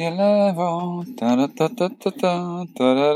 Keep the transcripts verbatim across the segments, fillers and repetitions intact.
drugie lewo, ta ta ta ta ta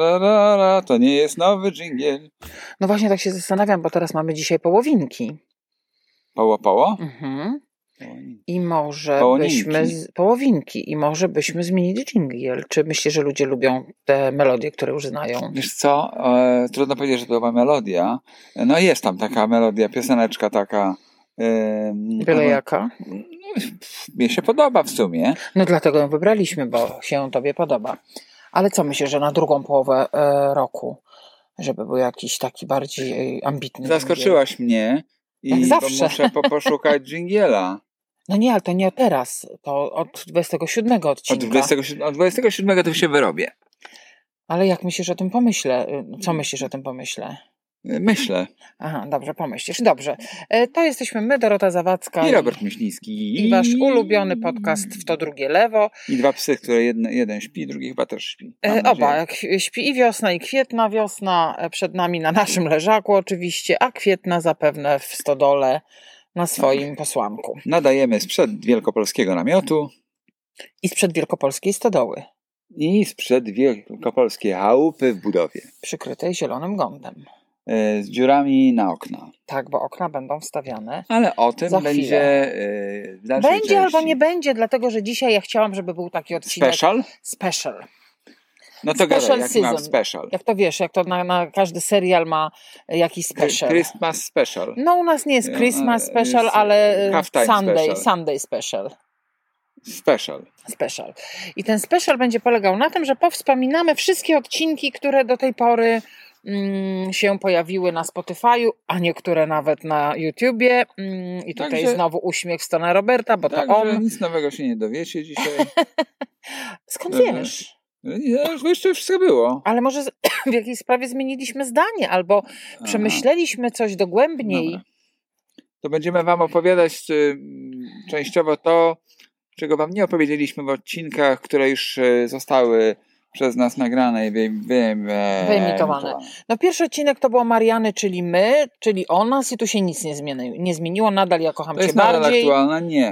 ta to nie jest nowy dżingiel. No właśnie tak się zastanawiam, bo teraz mamy dzisiaj połowinki. Poło, poło? Mhm. I może Połoninki. byśmy... Z... Połowinki. I może byśmy zmienili dżingiel. Czy myślisz, że ludzie lubią te melodie, które już znają? Wiesz co, e, trudno powiedzieć, że to była melodia. No jest tam taka melodia, pioseneczka taka. E, Byle jaka? No, mnie się podoba w sumie. No dlatego ją wybraliśmy, bo się tobie podoba. Ale co myślisz, że na drugą połowę e, roku, żeby był jakiś taki bardziej ambitny Zaskoczyłaś dżingiel? mnie i Jak zawsze. muszę po, poszukać dżingiela. No nie, ale to nie teraz. To od dwudziestego siódmego odcinka. Od dwudziestego siódmego, od dwudziestego siódmego to się wyrobię. Ale jak myślisz o tym pomyśle? Co myślisz o tym pomyśle? Myślę. Aha, dobrze, pomyślisz. Dobrze. To jesteśmy my, Dorota Zawadzka i Robert Myśliński. I wasz ulubiony podcast W to drugie lewo. I dwa psy, które jeden, jeden śpi, drugi chyba też śpi. Oba. Śpi i wiosna, i kwietna. Wiosna przed nami na naszym leżaku oczywiście, a kwietna zapewne w stodole na swoim posłanku. Nadajemy sprzed wielkopolskiego namiotu. I sprzed wielkopolskiej stodoły. I sprzed wielkopolskiej chałupy w budowie. Przykrytej zielonym gątem. Z dziurami na okna. Tak, bo okna będą wstawiane. Ale o tym za będzie w dalszej Będzie części. Albo nie będzie, dlatego że dzisiaj ja chciałam, żeby był taki odcinek. Special? Special. No to gadaj, jak mam special. Jak to wiesz, jak to na, na każdy serial ma jakiś special. Christmas special. No u nas nie jest Christmas special, jest ale Sunday special. Sunday special. Special. Special. I ten special będzie polegał na tym, że powspominamy wszystkie odcinki, które do tej pory mm, się pojawiły na Spotify'u, a niektóre nawet na YouTubie. Mm, I tutaj także, znowu uśmiech w stronę Roberta, bo to on. Nic nowego się nie dowiecie dzisiaj. Skąd wiesz? Nie, jeszcze wszystko było. Ale może w jakiejś sprawie zmieniliśmy zdanie, albo Aha. przemyśleliśmy coś dogłębniej. Dobra. To będziemy wam opowiadać y, częściowo to, czego wam nie opowiedzieliśmy w odcinkach, które już y, zostały przez nas nagrane i wy, wy, wy, wyemitowane. No pierwszy odcinek to było Mariany, czyli my, czyli o nas i tu się nic nie zmieniło. Nie zmieniło. Nadal ja kocham to cię jest bardziej. Nadal aktualna? Nie.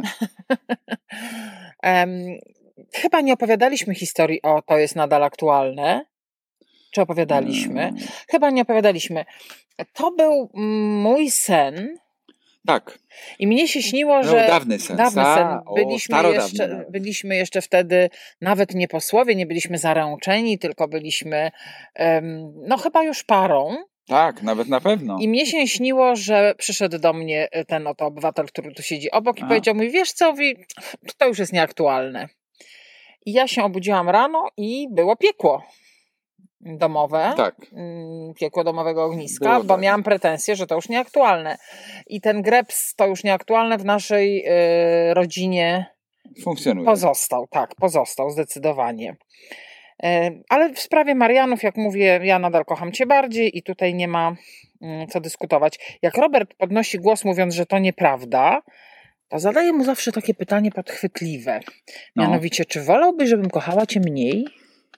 um, Chyba nie opowiadaliśmy historii o to jest nadal aktualne. Czy opowiadaliśmy? Hmm. Chyba nie opowiadaliśmy. To był mój sen. Tak. I mnie się śniło, no, że... dawny sen. Dawny sen. Byliśmy, o, jeszcze, byliśmy jeszcze wtedy nawet nie posłowie, nie byliśmy zaręczeni, tylko byliśmy um, no chyba już parą. Tak, nawet na pewno. I mnie się śniło, że przyszedł do mnie ten oto obywatel, który tu siedzi obok i A. powiedział mi, wiesz co, to już jest nieaktualne. I ja się obudziłam rano i było piekło domowe. Tak. Piekło domowego ogniska, było bo tak. miałam pretensje, że to już nieaktualne. I ten greps to już nieaktualne w naszej y, rodzinie funkcjonuje. Pozostał, tak, pozostał zdecydowanie. Y, ale w sprawie Marianów, jak mówię, ja nadal kocham cię bardziej i tutaj nie ma y, co dyskutować. Jak Robert podnosi głos mówiąc, że to nieprawda, to zadaję mu zawsze takie pytanie podchwytliwe. Mianowicie, no. czy wolałbyś, żebym kochała cię mniej?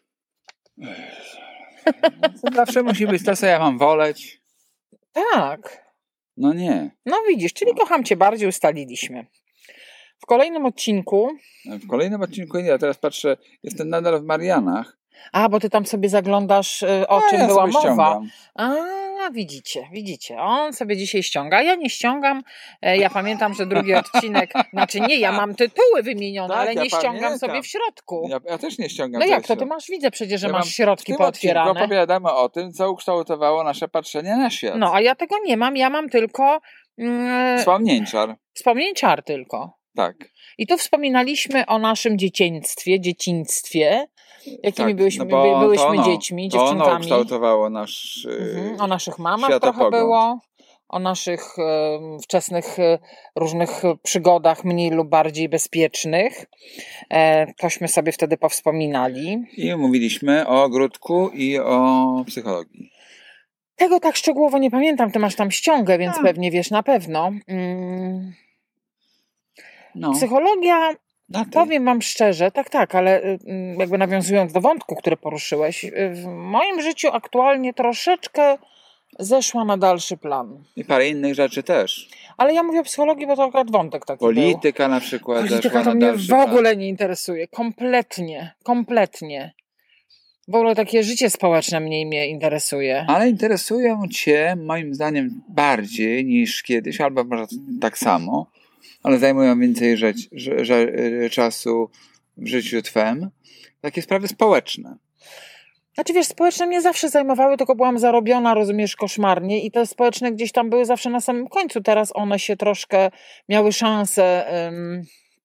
Zawsze musi być to, co ja mam woleć. Tak. No nie. No widzisz, czyli no. kocham cię bardziej, ustaliliśmy. W kolejnym odcinku... W kolejnym odcinku nie, ja teraz patrzę, jestem nadal w Marianach. A, bo ty tam sobie zaglądasz, o A, czym ja była sobie mowa. Ściągam. A, widzicie, widzicie. On sobie dzisiaj ściąga. Ja nie ściągam. Ja pamiętam, że drugi odcinek, znaczy nie, ja mam tytuły wymienione, tak, ale nie ja ściągam pamiętam. sobie w środku. Ja, ja też nie ściągam. No jak to? Ty masz, widzę przecież, że ja masz środki pootwierane. W opowiadamy o tym, co ukształtowało nasze patrzenie na świat. No, a ja tego nie mam. Ja mam tylko... Mm, Wspomnięciar. Wspomnięciar tylko. Tak. I tu wspominaliśmy o naszym dzieciństwie, dzieciństwie, jakimi tak, byliśmy, no bo byłyśmy to ono, dziećmi, to dziewczynkami. ono kształtowało nasz mhm. O naszych mamach trochę było, o naszych e, wczesnych e, różnych przygodach mniej lub bardziej bezpiecznych. E, tośmy sobie wtedy powspominali. I mówiliśmy o ogródku i o psychologii. Tego tak szczegółowo nie pamiętam, ty masz tam ściągę, więc A. pewnie wiesz na pewno. Mm. No. Psychologia, powiem wam szczerze, tak, tak, ale jakby nawiązując do wątku, który poruszyłeś, w moim życiu aktualnie troszeczkę zeszła na dalszy plan. I parę innych rzeczy też. Ale ja mówię o psychologii, bo to akurat wątek taki Polityka był. na przykład. Polityka to mnie w ogóle nie interesuje. Kompletnie. Kompletnie. W ogóle takie życie społeczne mniej mnie interesuje. Ale interesują cię moim zdaniem bardziej niż kiedyś, albo może tak samo, ale zajmują więcej rzecz, że, że, czasu w życiu twem. Takie sprawy społeczne. Znaczy wiesz, społeczne mnie zawsze zajmowały, tylko byłam zarobiona, rozumiesz, koszmarnie i te społeczne gdzieś tam były zawsze na samym końcu. Teraz one się troszkę miały szansę... Um...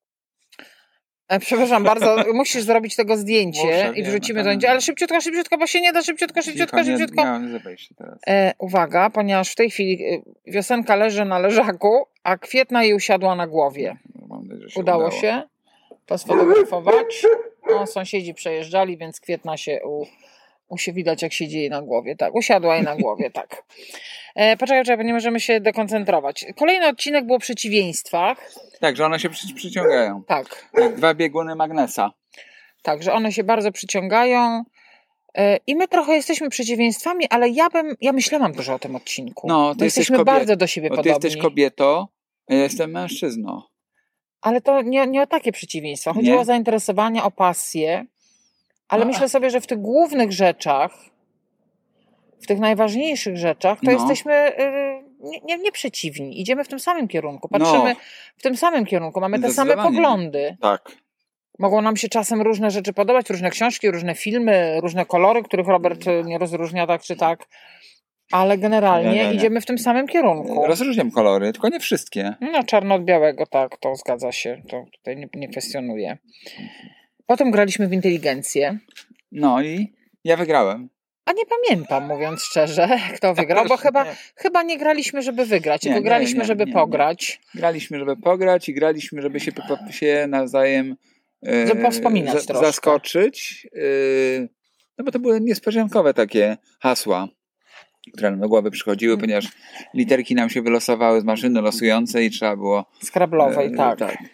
Przepraszam bardzo, musisz zrobić tego zdjęcie Muszę, i wrzucimy to zdjęcie, ale szybciutko, szybciutko, bo się nie da, szybciutko, szybciutko, Cicho, szybciutko. Nie, nie teraz. E, uwaga, ponieważ w tej chwili Wiosenka leży na leżaku, a Kwietna jej usiadła na głowie. Mam nadzieję, że się udało, udało się to sfotografować. No, sąsiedzi przejeżdżali, więc Kwietna się u, u się widać, jak siedzi jej na głowie. Tak, usiadła jej na głowie, tak. E, poczekaj, poczekaj, bo nie możemy się dekoncentrować. Kolejny odcinek było o przeciwieństwach. Tak, że one się przy, przyciągają. Tak. Jak dwa bieguny magnesa. Tak, że one się bardzo przyciągają. E, I my trochę jesteśmy przeciwieństwami, ale ja bym, ja myślałam dużo o tym odcinku. No, ty jesteśmy kobiet- bardzo do siebie bo podobni. Ty jesteś kobietą, a ja jestem mężczyzną. Ale to nie, nie o takie przeciwieństwa. Chodziło nie? o zainteresowania, o pasję. Ale no. myślę sobie, że w tych głównych rzeczach, w tych najważniejszych rzeczach, to no. jesteśmy y, nie, nie, nie przeciwni. Idziemy w tym samym kierunku. Patrzymy no. w tym samym kierunku. Mamy te same poglądy. Tak. Mogą nam się czasem różne rzeczy podobać, różne książki, różne filmy, różne kolory, których Robert nie rozróżnia tak czy tak. Ale generalnie nie, nie, nie. idziemy w tym samym kierunku. Rozróżniam kolory, tylko nie wszystkie. No czarno od białego, tak, to zgadza się. To tutaj nie, nie kwestionuję. Potem graliśmy w inteligencję. No i ja wygrałem. A nie pamiętam, mówiąc szczerze, kto wygrał, bo chyba nie. chyba nie graliśmy, żeby wygrać, tylko nie, graliśmy, nie, nie, żeby nie, pograć. Nie. Graliśmy, żeby pograć i graliśmy, żeby się, się nawzajem e, żeby powspominać za, zaskoczyć. E, no bo to były niespodziankowe takie hasła, które nam do głowy przychodziły, ponieważ literki nam się wylosowały z maszyny losującej i trzeba było... Skrablowej, e, tak. tak.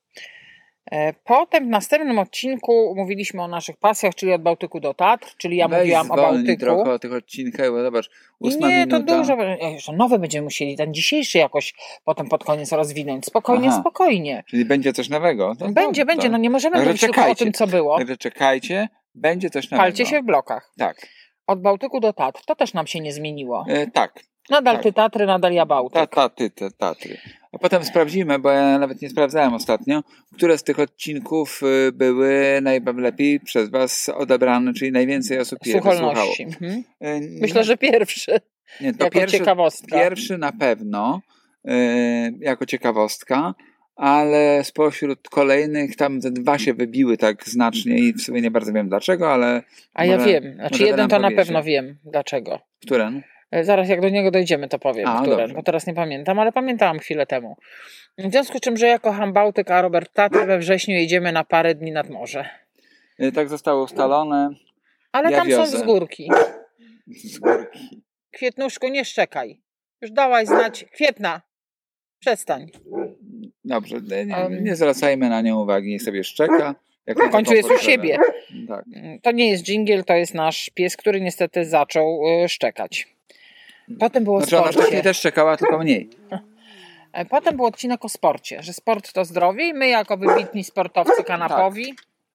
Potem w następnym odcinku mówiliśmy o naszych pasjach, czyli od Bałtyku do Tatr, czyli ja Weź mówiłam o Bałtyku. trochę o tych odcinkach, bo zobacz, ósma Nie, minuta. to dużo, jeszcze nowe będziemy musieli, ten dzisiejszy jakoś potem pod koniec rozwinąć. Spokojnie, Aha, spokojnie. Czyli będzie coś nowego. To, będzie, to, będzie, to. no nie możemy mówić tylko o tym, co było. Także czekajcie, będzie coś nowego. Palcie się w blokach. Tak. Od Bałtyku do Tatr, to też nam się nie zmieniło. E, tak. Nadal tak. ty Tatry, nadal ja Bałtyk. Ta, ta, ty, te, Tatry. A potem sprawdzimy, bo ja nawet nie sprawdzałem ostatnio, które z tych odcinków były najlepiej przez was odebrane, czyli najwięcej osób je wysłuchało. Mhm. Myślę, że pierwszy. Nie, to jako pierwszy, ciekawostka. Pierwszy na pewno yy, jako ciekawostka, ale spośród kolejnych tam te dwa się wybiły tak znacznie i w sumie nie bardzo wiem dlaczego, ale... A ja może, wiem. Znaczy jeden to na pewno wiem dlaczego. Który? Zaraz jak do niego dojdziemy, to powiem, a, które, bo teraz nie pamiętam, ale pamiętałam chwilę temu. W związku z czym, że ja kocham Bałtyk, a Robert Tatry, we wrześniu jedziemy na parę dni nad morze. Tak zostało ustalone. Ale ja tam wiozę. są wzgórki. Wzgórki. Kwietnuszku, nie szczekaj. Już dałaś znać. Kwietna, przestań. Dobrze, nie, nie zwracajmy na nią uwagi, niech sobie szczeka. Jak w końcu jest u siebie. Tak. To nie jest dżingiel, to jest nasz pies, który niestety zaczął szczekać. Potem było znaczy, sporcie. Ona wcześniej też czekała, tylko mniej. Potem był odcinek o sporcie, że sport to zdrowie i my jako wybitni sportowcy kanapowi.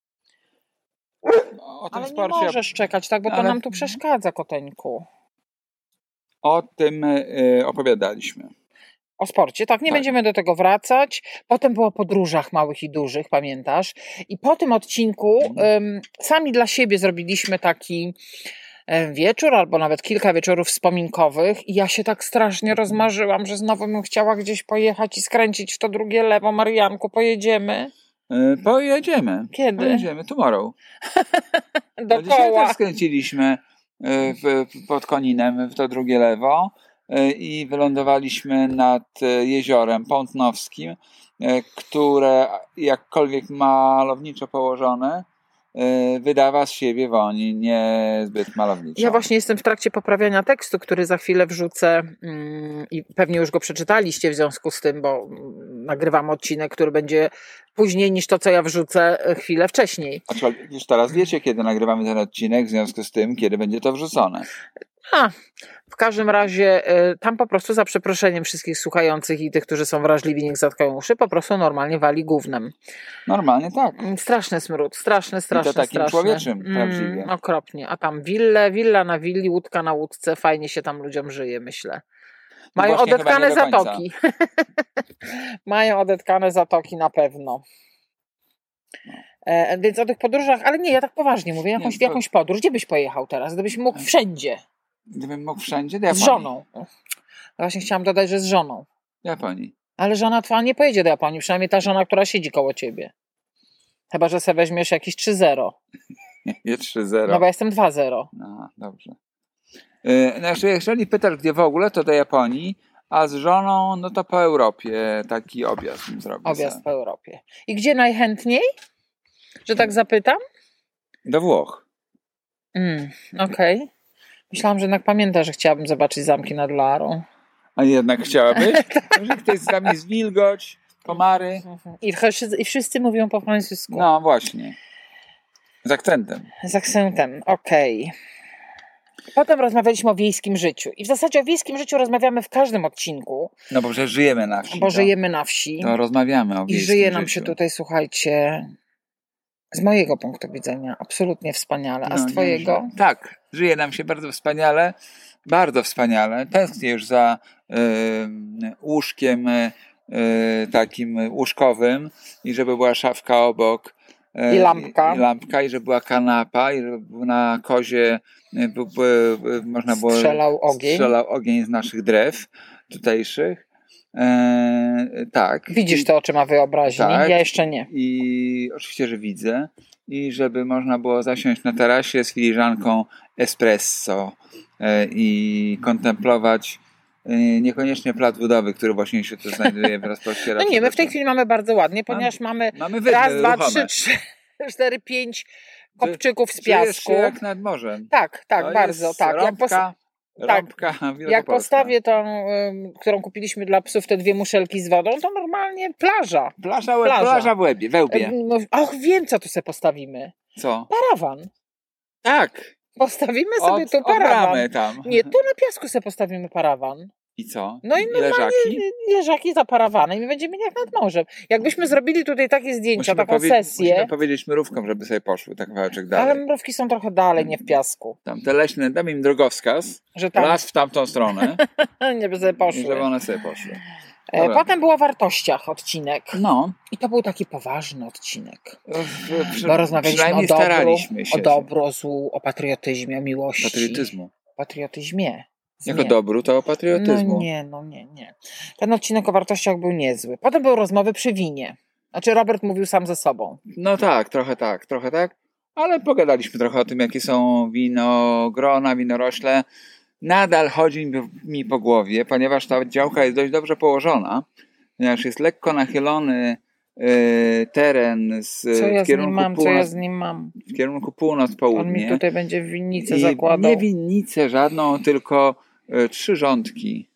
Tak. O tym ale sporcie... nie możesz czekać, tak, bo to ale... nam tu przeszkadza, koteńku. O tym y, opowiadaliśmy. O sporcie, tak, nie tak. będziemy do tego wracać. Potem było o podróżach małych i dużych, pamiętasz? I po tym odcinku um, sami dla siebie zrobiliśmy taki wieczór, albo nawet kilka wieczorów wspominkowych i ja się tak strasznie rozmarzyłam, że znowu bym chciała gdzieś pojechać i skręcić w to drugie lewo. Marianku, pojedziemy? Yy, pojedziemy. Kiedy? Pojedziemy, tomorrow. Dokoła. Dzisiaj też skręciliśmy w, pod Koninem w to drugie lewo yy, i wylądowaliśmy nad jeziorem Pątnowskim, yy, które jakkolwiek malowniczo położone, wydawa z siebie woni niezbyt malowniczo. Ja właśnie jestem w trakcie poprawiania tekstu, który za chwilę wrzucę yy, i pewnie już go przeczytaliście w związku z tym, bo nagrywam odcinek, który będzie później niż to, co ja wrzucę chwilę wcześniej. Znaczy, już teraz wiecie, kiedy nagrywamy ten odcinek, w związku z tym, kiedy będzie to wrzucone. A, w każdym razie y, tam po prostu za przeproszeniem wszystkich słuchających i tych, którzy są wrażliwi, niech zatkają uszy, po prostu normalnie wali gównem. Normalnie tak. Mm, Straszny smród, straszny, straszny, I to takim straszny. człowieczym prawdziwie. Mm, okropnie. A tam wille, willa na willi, łódka na łódce, fajnie się tam ludziom żyje, myślę. Mają właśnie odetkane chyba nie do zatoki. Mają odetkane zatoki na pewno. E, więc o tych podróżach, ale nie, ja tak poważnie mówię, jakąś, Nie, w jakąś podróż. Gdzie byś pojechał teraz? Gdybyś mógł wszędzie. Gdybym mógł wszędzie, do Z Japonii. żoną. Właśnie chciałam dodać, że z żoną. Japonii. Ale żona twoja nie pojedzie do Japonii, przynajmniej ta żona, która siedzi koło ciebie. Chyba, że sobie weźmiesz jakieś trzy zero. Nie trzy zero. No bo ja jestem dwa zero. No, dobrze. Yy, znaczy, jeżeli pytasz, gdzie w ogóle, to do Japonii, a z żoną, no to po Europie taki objazd bym zrobił. Objazd sobie. po Europie. I gdzie najchętniej? Że tak zapytam? Do Włoch. Mm, Okej. Okay. Myślałam, że jednak pamięta, że chciałabym zobaczyć zamki nad Loarą. A jednak chciałabyś? Może ktoś z nami zwilgoć, komary. I wszyscy, I wszyscy mówią po francusku. No właśnie. Z akcentem. Z akcentem, okej. Okay. Potem rozmawialiśmy o wiejskim życiu. I w zasadzie o wiejskim życiu rozmawiamy w każdym odcinku. No bo przecież żyjemy na wsi. Bo to, żyjemy na wsi. To rozmawiamy o I wiejskim żyje nam życiu. się tutaj, słuchajcie, z mojego punktu widzenia absolutnie wspaniale. A No, z twojego? Nie, tak, żyje nam się bardzo wspaniale. Bardzo wspaniale. Tęsknię już za y, łóżkiem y, takim łóżkowym i żeby była szafka obok. I lampka. I, i lampka, i żeby była kanapa, i żeby na kozie by, by, by, można było strzelał ogień. strzelał ogień z naszych drew tutejszych. E, tak. Widzisz to oczyma wyobraźni? Tak. Ja jeszcze nie. I oczywiście, że widzę. I żeby można było zasiąść na tarasie z filiżanką espresso e, i kontemplować e, niekoniecznie plac budowy, który właśnie się tu znajduje w rozpoście. No nie, my w tej chwili mamy bardzo ładnie, ponieważ mamy, mamy raz, dwa, ruchome. trzy, trzy, cztery, pięć kopczyków z piasku. Czujesz się jak nad morzem. Tak, tak, to bardzo. Jest tak. rąbka, Jak pos- rąbka tak. Jak postawię tą, y, którą kupiliśmy dla psów, te dwie muszelki z wodą, to normalnie plaża. Plaża, łeb, plaża. plaża w łebie, we łbie. Y, no, och, wiem, co tu sobie postawimy. Co? Parawan. Tak. Postawimy sobie Od, tu parawan. od tam. Nie, tu na piasku sobie postawimy parawan. I co? No i I normalnie leżaki? leżaki za parawanem i będziemy jak nad morzem. Jakbyśmy zrobili tutaj takie zdjęcia, Musimy taką powie- sesję. Musimy powiedzieć mrówkom, żeby sobie poszły tak kawałeczek dalej. Ale mrówki są trochę dalej, nie w piasku. Tam te leśne, dam im drogowskaz, Że tam las w tamtą stronę, nie by sobie i poszły. żeby one sobie poszły. E, Dobra. Potem było o wartościach odcinek. No. I to był taki poważny odcinek. W, przy, Bo rozmawialiśmy o przynajmniej dobru, staraliśmy się. o dobro, o złu, o patriotyzmie, o miłości. Patriotyzmu. Patriotyzmie. Jako Nie. dobru to o patriotyzmu. No nie, no nie, nie. Ten odcinek o wartościach był niezły. Potem były rozmowy przy winie. Znaczy Robert mówił sam ze sobą. No tak, trochę tak, trochę tak. Ale pogadaliśmy trochę o tym, jakie są winogrona, winorośle. Nadal chodzi mi, mi po głowie, ponieważ ta działka jest dość dobrze położona, ponieważ jest lekko nachylony y, teren z, Co ja w z nim kierunku mam, co północ, ja z nim mam? w kierunku On mi północ-południe. tutaj będzie winnicę I zakładał. nie winnicę żadną, tylko y, trzy rządki.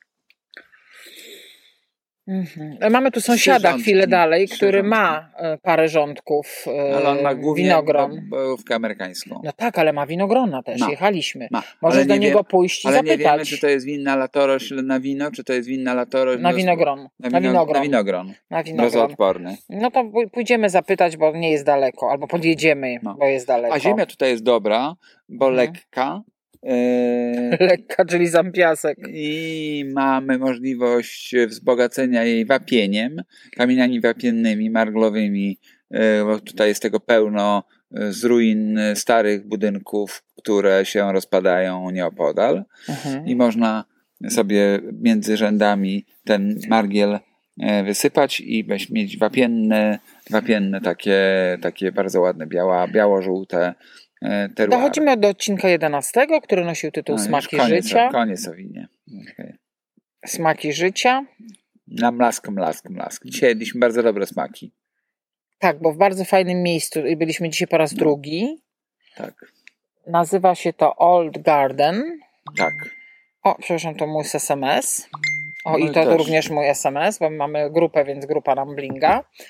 Mhm. Mamy tu sąsiada rządki. chwilę dalej, Trzy który rządki. ma e, parę rządków e, Ale on ma głównie winogron. bojówkę amerykańską. No tak, ale ma winogrona też, Ma. jechaliśmy. Ma. Możesz Ale do nie niego wiem- pójść i Ale nie zapytać. wiemy, czy to jest winna latorośl na wino, czy to jest winna latorośl Na roz- winogron. Na, Na wino, winogron. na winogron. Na winogron. Rozoodporny. No to pój- pójdziemy zapytać, bo nie jest daleko. Albo podjedziemy, No. bo jest daleko. A ziemia tutaj jest dobra, bo Mhm. lekka. e, Lekka, czyli sam piasek. I mamy możliwość wzbogacenia jej wapieniem, kamieniami wapiennymi, marglowymi, e, bo tutaj jest tego pełno e, z ruin starych budynków, które się rozpadają nieopodal. Mhm. I można sobie między rzędami ten margiel e, wysypać i weź- mieć wapienne, wapienne takie, takie bardzo ładne, biała, biało-żółte e, terroiry. Dochodzimy do odcinka jedenastego, który nosił tytuł No, już Smaki koniec, życia. Koniec o winie. Okay. Smaki życia. Na mlask, mlask, mlask. Dzisiaj jedliśmy bardzo dobre smaki. Tak, bo w bardzo fajnym miejscu i byliśmy dzisiaj po raz No. drugi. Tak, Nazywa się to Old Garden. tak. O, przepraszam, to mój es em es. O, No i i to też. również mój es em es, bo mamy grupę, więc grupa nam blinga.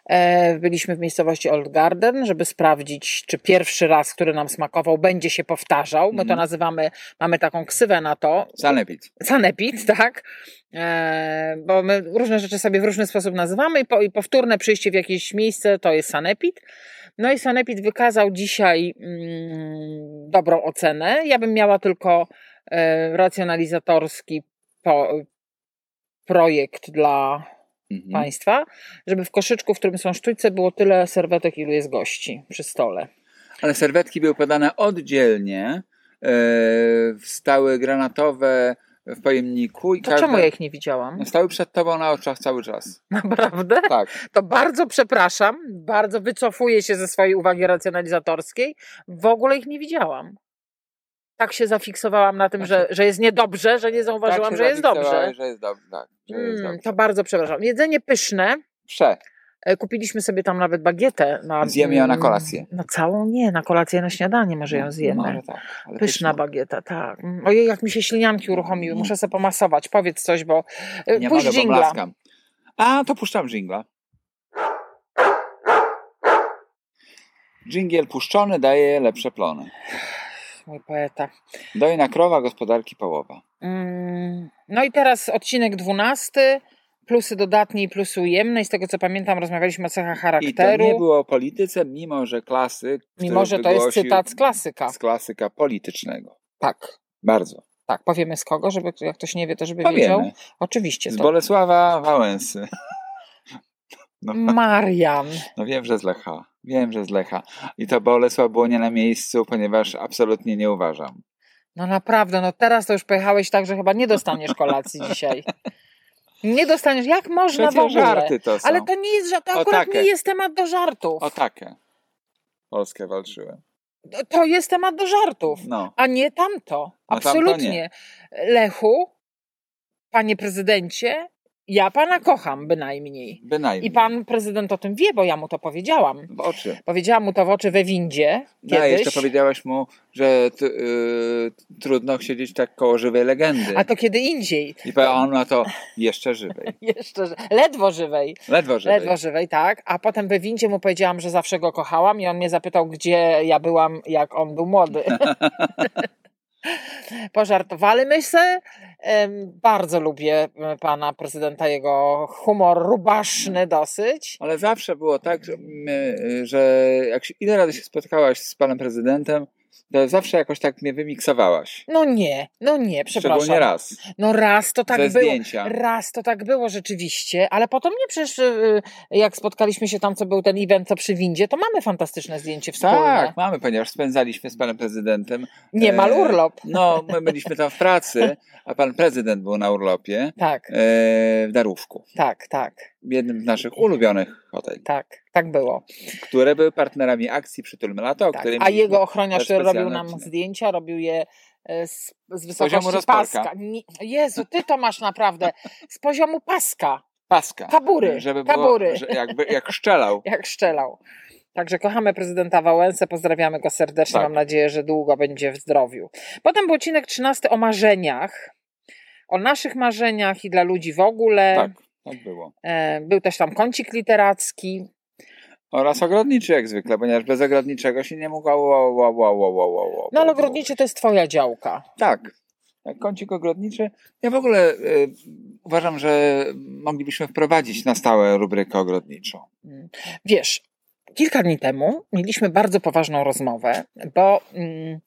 Byliśmy w miejscowości Old Garden, żeby sprawdzić, czy pierwszy raz, który nam smakował, będzie się powtarzał. My to Mhm. nazywamy, mamy taką ksywę na to. Sanepid. Sanepid, tak. E, bo my różne rzeczy sobie w różny sposób nazywamy i, po, i powtórne przyjście w jakieś miejsce to jest sanepid. No i sanepid wykazał dzisiaj mm, dobrą ocenę. Ja bym miała tylko e, racjonalizatorski po, projekt dla mhm. państwa, żeby w koszyczku, w którym są sztućce, było tyle serwetek, ilu jest gości przy stole. Ale serwetki były podane oddzielnie, e, stały granatowe w pojemniku. I to każda... czemu ja ich nie widziałam? Stały przed tobą na oczach cały czas. Naprawdę? Tak. To bardzo przepraszam, bardzo wycofuję się ze swojej uwagi racjonalizatorskiej. W ogóle ich nie widziałam. Tak się zafiksowałam na tym, tak że, że jest niedobrze, że nie zauważyłam, tak że jest dobrze. Że jest dobrze, tak. Że jest mm, dobrze. To bardzo przepraszam. Jedzenie pyszne. Prze. Kupiliśmy sobie tam nawet bagietę. Na, zjemy ją na kolację. No całą nie, na kolację, na śniadanie może ją zjemy. No, tak, Pyszna pyszna bagieta, tak. Ojej, jak mi się ślinianki uruchomiły. Mm. Muszę sobie pomasować. Powiedz coś, bo... Nie Puść mogę, dżingla. bo A, to puszczam dżingla. Dżingiel puszczony daje lepsze plony. Mój poeta. Dojna krowa gospodarki połowa. Mm, no i teraz odcinek dwunasty. Plusy dodatnie i plusy ujemne. I z tego co pamiętam, rozmawialiśmy o cechach charakteru. I to nie było o polityce, mimo że klasy... Mimo że to jest cytat z klasyka. Z klasyka politycznego. Tak. Bardzo. Tak, powiemy z kogo, żeby jak ktoś nie wie, to żeby Powiemy. wiedział. Oczywiście. Z to... Bolesława Wałęsy. No. Marian. No wiem, że z Lecha. Wiem, że z Lecha. I to Bolesław było nie na miejscu, ponieważ absolutnie nie uważam. No naprawdę, no teraz to już pojechałeś tak, że chyba nie dostaniesz kolacji dzisiaj. Nie dostaniesz, jak można Przecież w ogóle? żarty to są. Ale to nie jest, to akurat nie jest temat do żartów. O takie. Polskę walczyłem. To jest temat do żartów, no. a nie tamto. Absolutnie. No tamto nie. Lechu, panie prezydencie, ja pana kocham bynajmniej. Bynajmniej. I pan prezydent o tym wie, bo ja mu to powiedziałam. W oczy. Powiedziałam mu to w oczy we windzie kiedyś. No, jeszcze powiedziałaś mu, że t, y, trudno siedzieć tak koło żywej legendy. A to kiedy indziej. I on na to jeszcze żywej. jeszcze ledwo żywej. Ledwo żywej. Ledwo żywej, tak. A potem we windzie mu powiedziałam, że zawsze go kochałam i on mnie zapytał, gdzie ja byłam, jak on był młody. Pożartowaliśmy się. Bardzo lubię pana prezydenta, jego humor rubaszny dosyć. Ale zawsze było tak, że, że jak się, ile razy się spotkałaś z panem prezydentem, to zawsze jakoś tak mnie wymiksowałaś. No nie, no nie, przepraszam. Szczególnie raz. No raz to tak Ze było. zdjęcia. Raz to tak było rzeczywiście, ale potem nie przecież jak spotkaliśmy się tam, co był ten event, co przy windzie, to mamy fantastyczne zdjęcie wspólne. Tak, mamy, ponieważ spędzaliśmy z panem prezydentem. Niemal urlop. E, no, my byliśmy tam w pracy, a pan prezydent był na urlopie. Tak. E, w Darówku. Tak, tak. W jednym z naszych ulubionych hoteli. Tak, tak było. Które były partnerami akcji Przytulmy Lato. Tak. A jego ochroniarz robił nam odcinek. zdjęcia, robił je z, z wysokości paska. Jezu, ty to masz naprawdę z poziomu paska. Paska. Kabury. Żeby Kabury. Było, że jakby, jak szczelał. jak szczelał. Także kochamy prezydenta Wałęsę, pozdrawiamy go serdecznie, tak. Mam nadzieję, że długo będzie w zdrowiu. Potem był odcinek trzynasty o marzeniach, o naszych marzeniach i dla ludzi w ogóle. Tak, tak było. Był też tam kącik literacki. Oraz ogrodniczy jak zwykle, ponieważ bez ogrodniczego się nie mogło. Wow, wow, wow, wow, wow, wow, no ale ogrodniczy to jest twoja działka. Tak. Kącik ogrodniczy. Ja w ogóle y, uważam, że moglibyśmy wprowadzić na stałe rubrykę ogrodniczą. Wiesz, kilka dni temu mieliśmy bardzo poważną rozmowę, bo mm,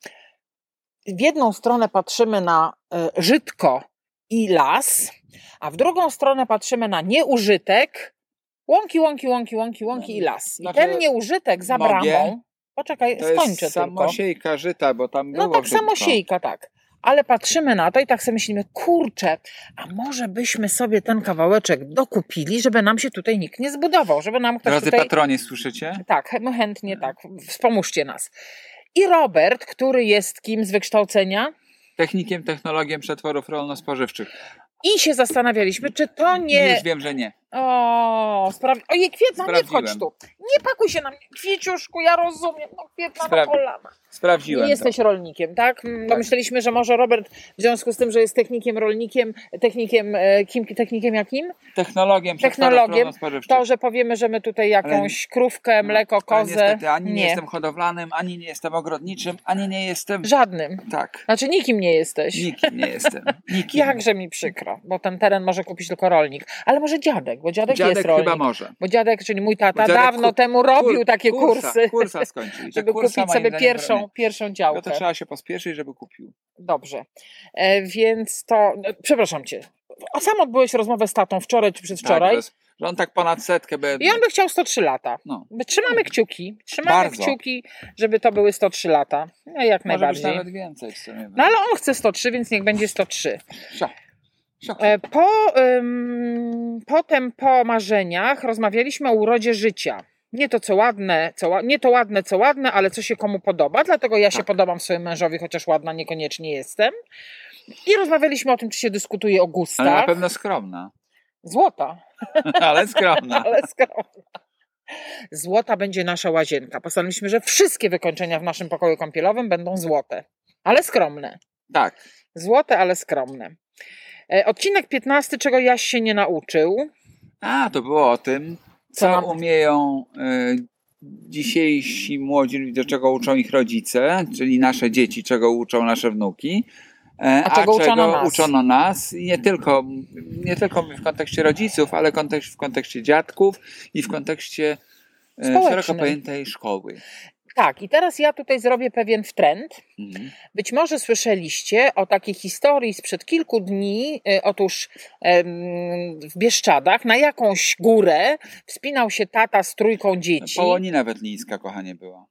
w jedną stronę patrzymy na y, żytko i las, a w drugą stronę patrzymy na nieużytek, łąki, łąki, łąki, łąki, łąki i las. I znaczy, ten nieużytek za mogę? bramą, poczekaj, to skończę jest tylko. samosiejka żyta, bo tam było No tak, żytko. samosiejka, tak. Ale patrzymy na to i tak sobie myślimy, kurczę, a może byśmy sobie ten kawałeczek dokupili, żeby nam się tutaj nikt nie zbudował, żeby nam ktoś Drodzy tutaj... patronie, słyszycie? Tak, no chętnie tak, wspomóżcie nas. I Robert, który jest kim z wykształcenia? Technikiem, technologiem przetworów rolno-spożywczych. I się zastanawialiśmy, czy to nie... Już wiem, że nie. O, sprawi... Ojej, Kwietna, nie Sprawdziłem. wchodź tu. Nie pakuj się na mnie. Kwieciuszku, ja rozumiem. No, Kwietna Spra- na kolana. Sprawdziłem Nie jesteś to. rolnikiem, tak? Bo Tak. myśleliśmy, że może Robert w związku z tym, że jest technikiem, rolnikiem, technikiem, e, kim, technikiem jakim? Technologiem, Technologiem, to, że powiemy, że my tutaj jakąś ale, krówkę, mleko, ale kozę. Niestety, ani nie. nie jestem hodowlanym, ani nie jestem ogrodniczym, ani nie jestem... Żadnym. Tak. Znaczy nikim nie jesteś. Nikim nie jestem. Nikim. Jakże mi przykro, bo ten teren może kupić tylko rolnik. Ale może dziadek, bo dziadek, dziadek jest rolnik. chyba może. Bo dziadek, czyli mój tata, dziadek dawno kur, temu robił kur, takie kursa, kursy, kursa skończyli. żeby kursa kupić sobie pierwszą, pierwszą działkę. To trzeba się pospieszyć, żeby kupił. Dobrze, e, więc to, no, przepraszam cię, a sam odbyłeś rozmowę z tatą wczoraj czy przedwczoraj? Tak, że on tak ponad setkę by... I on by chciał sto trzy lata. No. Trzymamy kciuki, trzymamy Bardzo. kciuki, żeby to były sto trzy lata. No jak Może najbardziej. być nawet więcej w sumie. No ale on chce sto trzy, więc niech będzie sto trzy. Sio. Sio. E, po, ym, potem po marzeniach rozmawialiśmy o urodzie życia. Nie to, co ładne, co, nie to ładne, co ładne, ale co się komu podoba. Dlatego ja się Tak. podobam swojemu mężowi, chociaż ładna niekoniecznie jestem. I rozmawialiśmy o tym, czy się dyskutuje o gustach. Ale na pewno skromna. Złota. Ale skromna. Ale skromna. Złota będzie nasza łazienka. Postanowiliśmy, że wszystkie wykończenia w naszym pokoju kąpielowym będą złote. Ale skromne. Tak. Złote, ale skromne. E, odcinek piętnasty, czego Jaś się nie nauczył. A, to było o tym, co, co nam... umieją y, dzisiejsi młodzi ludzie, do czego uczą ich rodzice, czyli nasze dzieci, czego uczą nasze wnuki. E, a, a czego, uczono, czego nas. uczono nas. I nie tylko, nie tylko w kontekście rodziców, ale kontekst, w kontekście dziadków i w kontekście e, szeroko pojętej szkoły. Tak, i teraz ja tutaj zrobię pewien trend. Mhm. Być może słyszeliście o takiej historii sprzed kilku dni. Otóż w Bieszczadach na jakąś górę wspinał się tata z trójką dzieci. Połonina Wetlińska, kochanie, była.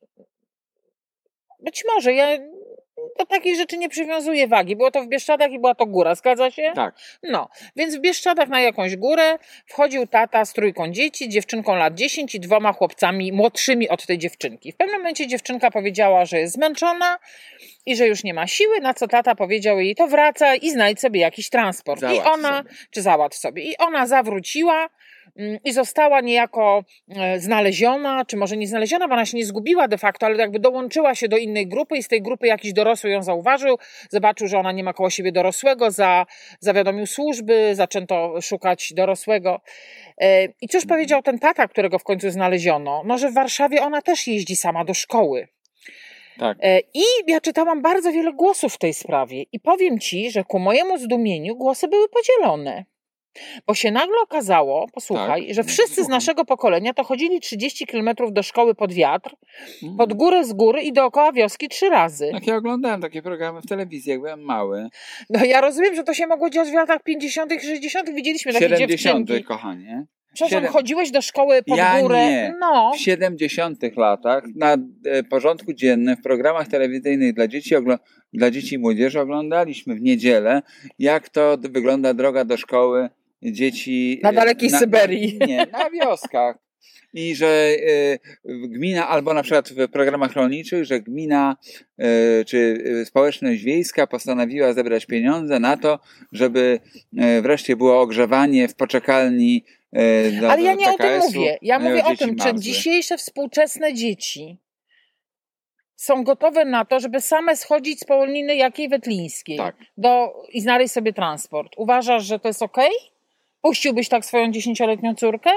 Być może, ja do takich rzeczy nie przywiązuję wagi. Było to w Bieszczadach i była to góra, zgadza się? Tak. No, więc w Bieszczadach na jakąś górę wchodził tata z trójką dzieci, dziewczynką lat dziesięć i dwoma chłopcami młodszymi od tej dziewczynki. W pewnym momencie dziewczynka powiedziała, że jest zmęczona i że już nie ma siły, na co tata powiedział jej, to wracaj i znajdź sobie jakiś transport. Załatw I ona, sobie. czy załatw sobie. I ona zawróciła i została niejako znaleziona, czy może nie znaleziona, bo ona się nie zgubiła de facto, ale jakby dołączyła się do innej grupy i z tej grupy jakiś dorosły ją zauważył, zobaczył, że ona nie ma koło siebie dorosłego, za, zawiadomił służby, zaczęto szukać dorosłego. I cóż powiedział ten tata, którego w końcu znaleziono? No, że w Warszawie ona też jeździ sama do szkoły. Tak. I ja czytałam bardzo wiele głosów w tej sprawie i powiem ci, że ku mojemu zdumieniu głosy były podzielone. Bo się nagle okazało, posłuchaj, tak, że wszyscy słucham. z naszego pokolenia to chodzili trzydzieści kilometrów do szkoły pod wiatr, mm. pod górę z góry i dookoła wioski trzy razy. Tak, ja oglądałem takie programy w telewizji, jak byłem mały. No ja rozumiem, że to się mogło dziać w latach pięćdziesiątych, sześćdziesiątych. Widzieliśmy takie dziewczynki. Kochanie. Przepraszam, Siedem... chodziłeś do szkoły pod ja górę? Nie. No. W siedemdziesiątych latach na e, porządku dziennym w programach telewizyjnych dla dzieci, ogl- dla dzieci i młodzieży oglądaliśmy w niedzielę, jak to wygląda droga do szkoły dzieci na dalekiej na, Syberii. Nie, na wioskach. I że y, gmina, albo na przykład w programach rolniczych, że gmina y, czy społeczność wiejska postanowiła zebrać pieniądze na to, żeby y, wreszcie było ogrzewanie w poczekalni y, do, Ale ja nie do o tym mówię. Ja mówię o tym, Marzły. Czy dzisiejsze współczesne dzieci są gotowe na to, żeby same schodzić z Połoniny jakiej Wetlińskiej tak. do, i znaleźć sobie transport. Uważasz, że to jest okej? Puściłbyś tak swoją dziesięcioletnią córkę?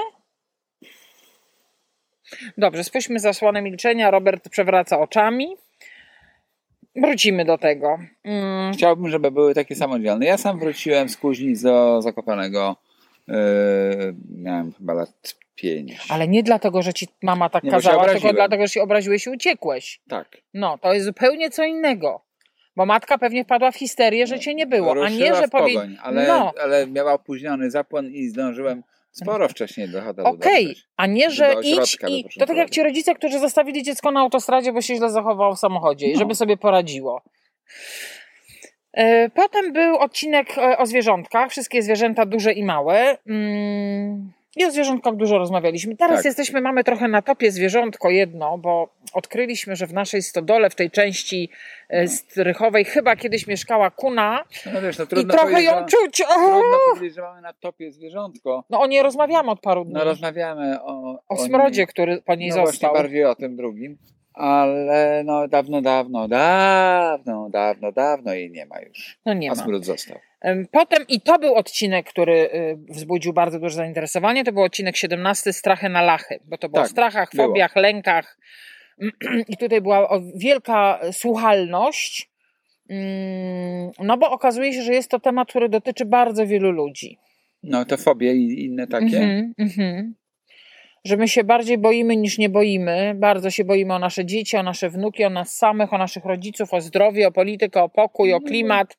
Dobrze, spójrzmy za zasłonę milczenia. Robert przewraca oczami. Wrócimy do tego. Mm. Chciałbym, żeby były takie samodzielne. Ja sam wróciłem z Kuźnic do Zakopanego. Yy, miałem chyba lat pięć. Ale nie dlatego, że ci mama tak nie, kazała, tylko dlatego, że się obraziłeś i uciekłeś. Tak. No, to jest zupełnie co innego. Bo matka pewnie wpadła w histerię, że cię nie było. No, a nie, że powie... ale, no. ale miała opóźniony zapłon i zdążyłem sporo wcześniej do hotelu Okej, okay. A nie, że idź i... To tak jak ci rodzice, rodzice, którzy zostawili dziecko na autostradzie, bo się źle zachowało w samochodzie no. i żeby sobie poradziło. Potem był odcinek o zwierzątkach. Wszystkie zwierzęta duże i małe. I o zwierzątkach dużo rozmawialiśmy. Teraz Tak. jesteśmy, mamy trochę na topie zwierzątko jedno, bo odkryliśmy, że w naszej stodole, w tej części e, strychowej chyba kiedyś mieszkała kuna No wiesz, no, i trudno trochę ją powiedzieć, czuć. że- O! Trudno powiedzieć, że mamy na topie zwierzątko. No o niej rozmawiamy od paru dni. No rozmawiamy o... O smrodzie, niej. który po niej No został. właśnie bardziej o tym drugim. Ale no dawno, dawno, dawno, dawno, dawno jej nie ma już. No nie A ma. smród został. Em, Potem, i to był odcinek, który y, wzbudził bardzo duże zainteresowanie, to był odcinek siedemnasty, Strachy na lachy, bo to było Tak, o strachach, było. fobiach, lękach i tutaj była o- wielka słuchalność, mm, no bo okazuje się, że jest to temat, który dotyczy bardzo wielu ludzi. No to fobie i inne takie. Mhm, mhm. Że my się bardziej boimy niż nie boimy, bardzo się boimy o nasze dzieci, o nasze wnuki, o nas samych, o naszych rodziców, o zdrowie, o politykę, o pokój, o klimat.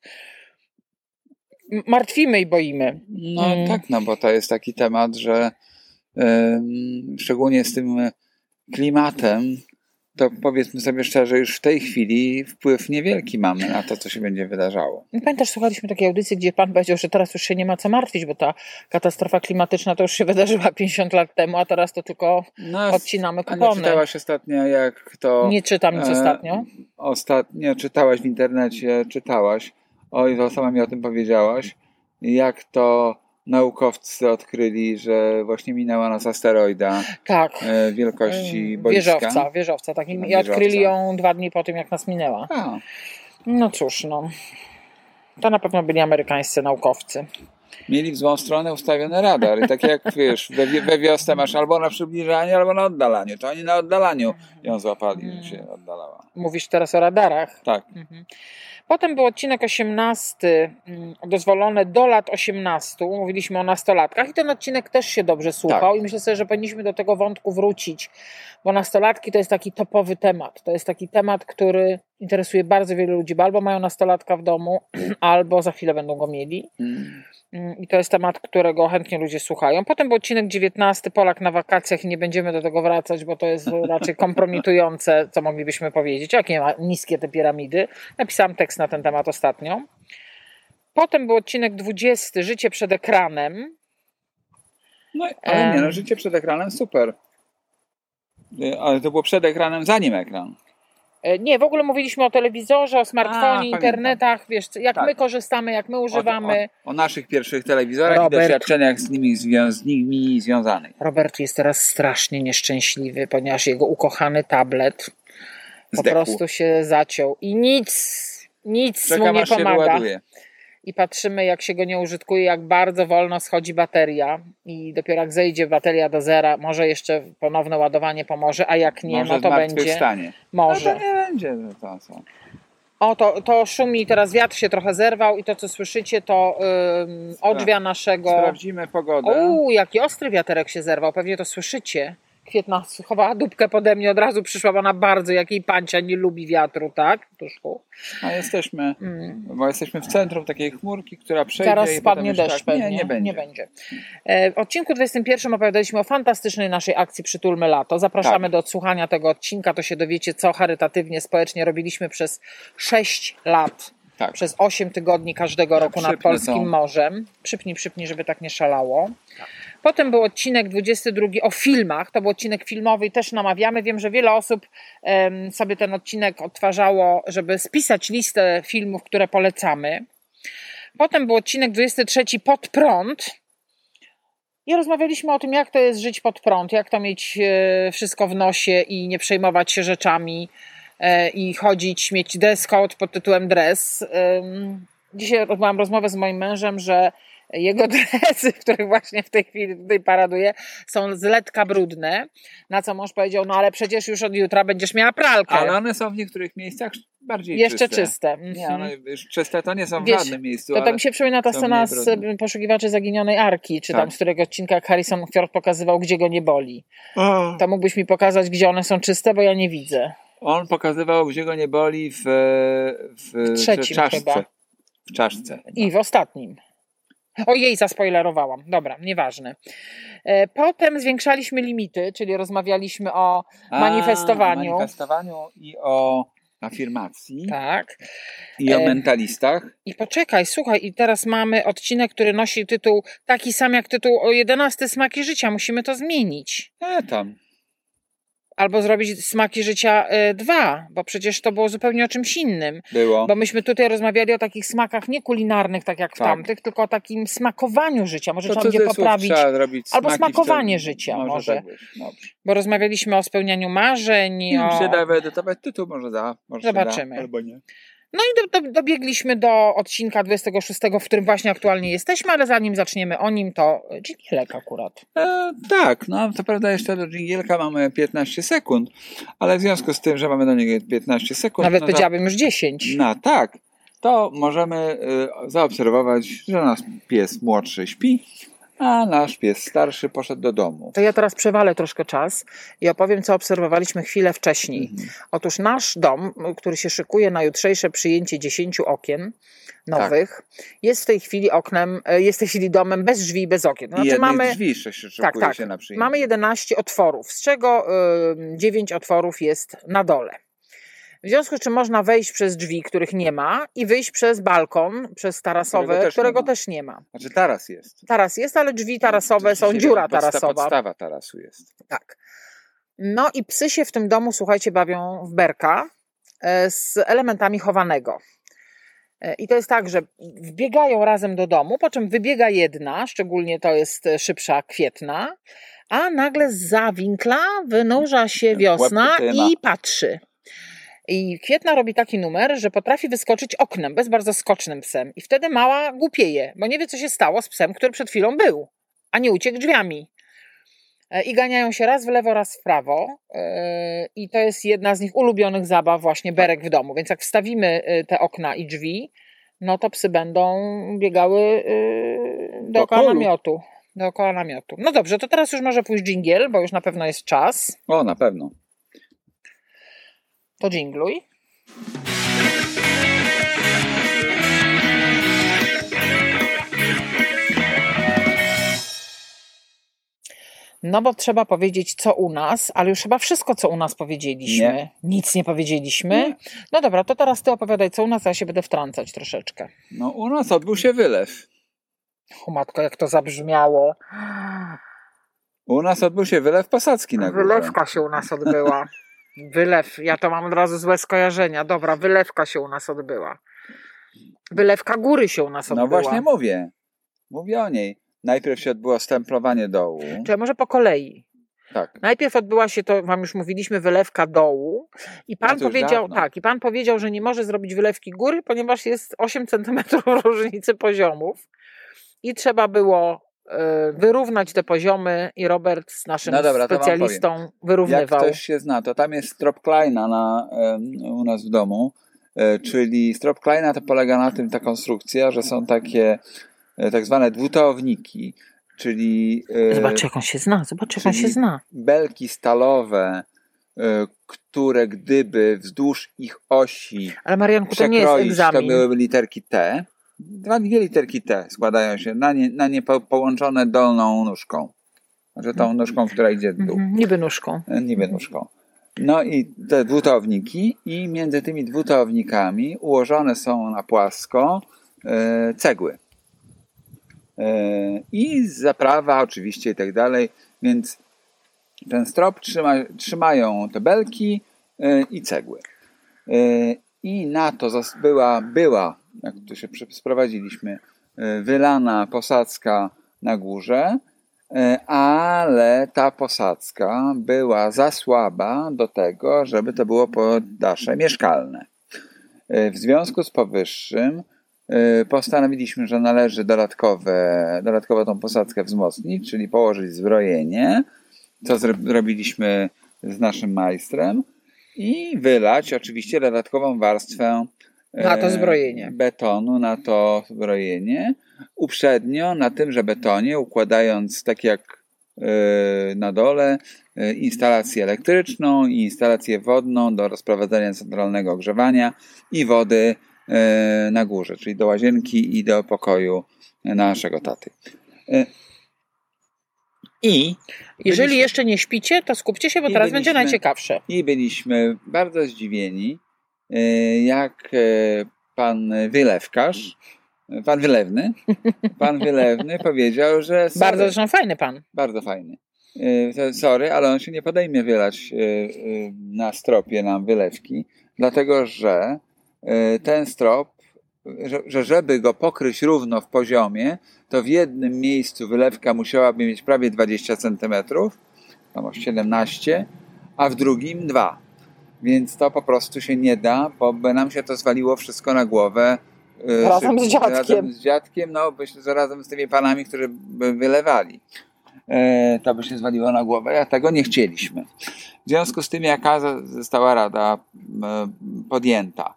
M- Martwimy i boimy. No Mm. tak, no bo to jest taki temat, że ym, szczególnie z tym klimatem, to powiedzmy sobie szczerze, już w tej chwili wpływ niewielki mamy na to, co się będzie wydarzało. Pamiętasz, słuchaliśmy takiej audycji, gdzie pan powiedział, że teraz już się nie ma co martwić, bo ta katastrofa klimatyczna to już się wydarzyła pięćdziesiąt lat temu, a teraz to tylko No, odcinamy a nie kupony. czytałaś ostatnio, jak to... Nie czytam nic e, ostatnio. Ostatnio czytałaś w internecie, czytałaś, oj, to sama mi o tym powiedziałaś, jak to naukowcy odkryli, że właśnie minęła nas asteroida Tak. e, wielkości boiska. Wieżowca, wieżowca. Tak, i No, i odkryli wieżowca. ją dwa dni po tym, jak nas minęła. A, No cóż, no. To na pewno byli amerykańscy naukowcy. mieli w złą stronę ustawiony radar i tak jak wiesz, we, we wiosce masz albo na przybliżaniu, albo na oddalaniu. To oni na oddalaniu ją złapali, że się oddalała. Mówisz teraz o radarach. Tak. Mhm. Potem był odcinek osiemnasty, mm, dozwolone do lat osiemnastu. Mówiliśmy o nastolatkach i ten odcinek też się dobrze słuchał Tak. i myślę sobie, że powinniśmy do tego wątku wrócić, bo nastolatki to jest taki topowy temat. To jest taki temat, który interesuje bardzo wielu ludzi, bo albo mają nastolatka w domu, albo za chwilę będą go mieli. Mm. Mm, I to jest temat, którego chętnie ludzie słuchają. Potem był odcinek dziewiętnasty, Polak na wakacjach i nie będziemy do tego wracać, bo to jest raczej kompromitujące, co moglibyśmy powiedzieć. Jakie ma niskie te piramidy. Napisałam tekst na ten temat ostatnio. Potem był odcinek dwudziesty, Życie przed ekranem. No, ale nie, Em. no, życie przed ekranem super. Y, Ale to było przed ekranem, zanim ekran. E, Nie, w ogóle mówiliśmy o telewizorze, o smartfonie, A, pamiętam. internetach, wiesz, co- jak Tak. my korzystamy, jak my O, używamy. o, o naszych pierwszych telewizorach Robert. i doświadczeniach z nimi, zwią- z nimi związanych. Robert jest teraz strasznie nieszczęśliwy, ponieważ jego ukochany tablet po Zdechł. prostu się zaciął i nic, nic mu Czekam, nie aż się pomaga. wyładuje. I patrzymy, jak się go nie użytkuje, jak bardzo wolno schodzi bateria i dopiero jak zejdzie bateria do zera, może jeszcze ponowne ładowanie pomoże, a jak nie, Może no to będzie. zmartwychwstanie. Może. No to nie będzie. No to, co? O, to, to szumi, teraz wiatr się trochę zerwał i to, co słyszycie, to ym, odwia naszego... Sprawdzimy pogodę. Uuu, jaki ostry wiaterek się zerwał, pewnie to słyszycie. Kwietna schowała dupkę pode mnie, od razu przyszła, bo ona bardzo, jak jej pancia, nie lubi wiatru, tak? Tuszku. A jesteśmy, Mm. bo jesteśmy w centrum takiej chmurki, która przejdzie Zaraz i spadnie potem już deszcz tak, pewnie. Nie, nie będzie. Nie będzie. E, W odcinku dwudziestym pierwszym opowiadaliśmy o fantastycznej naszej akcji Przytulmy Lato. Zapraszamy Tak. do odsłuchania tego odcinka, to się dowiecie, co charytatywnie, społecznie robiliśmy przez sześć lat. Tak. Przez osiem tygodni każdego roku nad przypnę Polskim to. Morzem. Przypnij, przypnij, żeby tak nie szalało. Potem był odcinek dwudziesty drugi o filmach. To był odcinek filmowy i też namawiamy. Wiem, że wiele osób em, sobie ten odcinek odtwarzało, żeby spisać listę filmów, które polecamy. Potem był odcinek dwudziesty trzeci Pod prąd. I rozmawialiśmy o tym, jak to jest żyć pod prąd, jak to mieć e, wszystko w nosie i nie przejmować się rzeczami e, i chodzić, mieć dress code pod tytułem dress. Ym, Dzisiaj mam rozmowę z moim mężem, że jego dresy, w których właśnie w tej chwili tutaj paraduje, są z lekka brudne. Na co mąż powiedział, no ale przecież już od jutra będziesz miała pralkę. Ale one są w niektórych miejscach bardziej Jeszcze czyste. czyste. Nie, Mhm. one już czyste to nie są w Wiesz, żadnym miejscu. To ale tak mi się przypomina ta są scena mniej z brudne. y, Poszukiwaczy Zaginionej Arki, czy Tak. tam z którego odcinka jak Harrison Ford pokazywał, gdzie go nie boli. To mógłbyś mi pokazać, gdzie one są czyste, bo ja nie widzę. On pokazywał, gdzie go nie boli w, w, W trzecim czaszce. chyba. W czaszce. I w ostatnim. Ojej, zaspoilerowałam. Dobra, nieważne. E, Potem zwiększaliśmy limity, czyli rozmawialiśmy o A, manifestowaniu. O manifestowaniu i o afirmacji. Tak. I o E, mentalistach. I poczekaj, słuchaj, i teraz mamy odcinek, który nosi tytuł taki sam jak tytuł o jedenaste smaki życia. Musimy to zmienić. E, tam. Albo zrobić smaki życia y, dwa, bo przecież to było zupełnie o czymś innym. Było. Bo myśmy tutaj rozmawiali o takich smakach nie kulinarnych, tak jak w Tak. tamtych, tylko o takim smakowaniu życia. Może To trzeba będzie poprawić. Trzeba zrobić Albo smaki smakowanie w tym- życia może. może. Tak być. Dobrze. Bo rozmawialiśmy o spełnianiu marzeń. I o... się da wyedytować tytuł, może da. Może Zobaczymy. Da, albo nie. No i do, do, dobiegliśmy do odcinka dwudziestego szóstego, w którym właśnie aktualnie jesteśmy, ale zanim zaczniemy o nim, to dżingielek akurat. E, tak, no to prawda, jeszcze do dżingielka mamy piętnaście sekund, ale w związku z tym, że mamy do niego piętnaście sekund... Nawet no to, powiedziałabym już dziesięć. No tak, to możemy y, zaobserwować, że nasz pies młodszy śpi, a nasz pies starszy poszedł do domu. To ja teraz przewalę troszkę czas i opowiem, co obserwowaliśmy chwilę wcześniej. Mhm. Otóż nasz dom, który się szykuje na jutrzejsze przyjęcie dziesięciu okien nowych, tak. jest w tej chwili oknem, jest w tej chwili domem bez drzwi i bez okien. Znaczy, I jednej mamy drzwi jeszcze się szykuje tak, tak, się na przyjęcie. Mamy jedenaście otworów, z czego y, dziewięć otworów jest na dole. W związku z czym można wejść przez drzwi, których nie ma, i wyjść przez balkon, przez tarasowe, którego, też, którego nie też nie ma. Znaczy taras jest. Taras jest, ale drzwi tarasowe są, dziura tarasowa. Podstawa tarasu jest. Tak. No i psy się w tym domu, słuchajcie, bawią w berka z elementami chowanego. I to jest tak, że wbiegają razem do domu, po czym wybiega jedna, szczególnie to jest szybsza Kwietna, a nagle zza winkla wynurza się Wiosna i patrzy. I Kwietna robi taki numer, że potrafi wyskoczyć oknem, bez bardzo skocznym psem. I wtedy Mała głupieje, bo nie wie, co się stało z psem, który przed chwilą był, a nie uciekł drzwiami. I ganiają się raz w lewo, raz w prawo. I to jest jedna z nich ulubionych zabaw, właśnie berek w domu. Więc jak wstawimy te okna i drzwi, no to psy będą biegały dookoła namiotu. Dookoła namiotu. No dobrze, to teraz już może pójść dżingiel, bo już na pewno jest czas. O, na pewno. To dżingluj. No bo trzeba powiedzieć, co u nas, ale już chyba wszystko, co u nas powiedzieliśmy. Nie. Nic nie powiedzieliśmy. Nie. No dobra, to teraz ty opowiadaj, co u nas, a ja się będę wtrącać troszeczkę. No u nas odbył się wylew. O matko, jak to zabrzmiało. U nas odbył się wylew posadzki na górze. Wylewka się u nas odbyła. Wylew, ja to mam od razu złe skojarzenia. Dobra, wylewka się u nas odbyła. Wylewka góry się u nas odbyła. No właśnie mówię. Mówię o niej. Najpierw się odbyło stemplowanie dołu. Czyli może po kolei. Tak. Najpierw odbyła się, to wam już mówiliśmy, wylewka dołu. I pan powiedział, tak, i pan powiedział, że nie może zrobić wylewki góry, ponieważ jest osiem centymetrów różnicy poziomów. I trzeba było y, wyrównać te poziomy i Robert z naszym no dobra, specjalistą wyrównywał. Jak ktoś się zna, to tam jest strop Kleina na, y, u nas w domu. Y, czyli strop Kleina to polega na tym, ta konstrukcja, że są takie y, tak zwane dwutołowniki. Czyli, y, Zobacz, jak on się zna, zobacz, jak on się zna. Belki stalowe, y, które gdyby wzdłuż ich osi ale Marianku, to nie jest egzamin. To byłyby literki T. Dwa, dwie literki T składają się na nie, na nie po, połączone dolną nóżką. Znaczy tą nóżką, która idzie w dół. Mhm, niby nóżką. Niby nóżką. No i te dwutołowniki i między tymi dwutołownikami ułożone są na płasko y, cegły. I zaprawa oczywiście i tak dalej, więc ten strop trzyma, trzymają te belki i cegły. I na to była, była, jak tu się sprowadziliśmy, wylana posadzka na górze, ale ta posadzka była za słaba do tego, żeby to było poddasze mieszkalne. W związku z powyższym postanowiliśmy, że należy dodatkowe, dodatkowo tą posadzkę wzmocnić, czyli położyć zbrojenie, co zrobiliśmy z naszym majstrem, i wylać oczywiście dodatkową warstwę na to zbrojenie. betonu, na to zbrojenie. Uprzednio na tymże betonie, układając tak jak na dole instalację elektryczną i instalację wodną do rozprowadzania centralnego ogrzewania i wody na górze, czyli do łazienki i do pokoju naszego taty. I jeżeli byliśmy, jeszcze nie śpicie, to skupcie się, bo teraz będzie najciekawsze. I byliśmy bardzo zdziwieni, jak pan wylewkarz, pan wylewny, pan wylewny powiedział, że... Sorry, bardzo zresztą fajny pan. Bardzo fajny. Sorry, ale on się nie podejmie wylać na stropie nam wylewki, dlatego że ten strop, że żeby go pokryć równo w poziomie, to w jednym miejscu wylewka musiałaby mieć prawie dwadzieścia centymetrów, tam siedemnaście, a w drugim dwa. Więc to po prostu się nie da, bo by nam się to zwaliło wszystko na głowę. Razem z dziadkiem. Razem z dziadkiem, no myślę, że razem z tymi panami, którzy by wylewali. To by się zwaliło na głowę, a tego nie chcieliśmy. W związku z tym jaka została rada podjęta?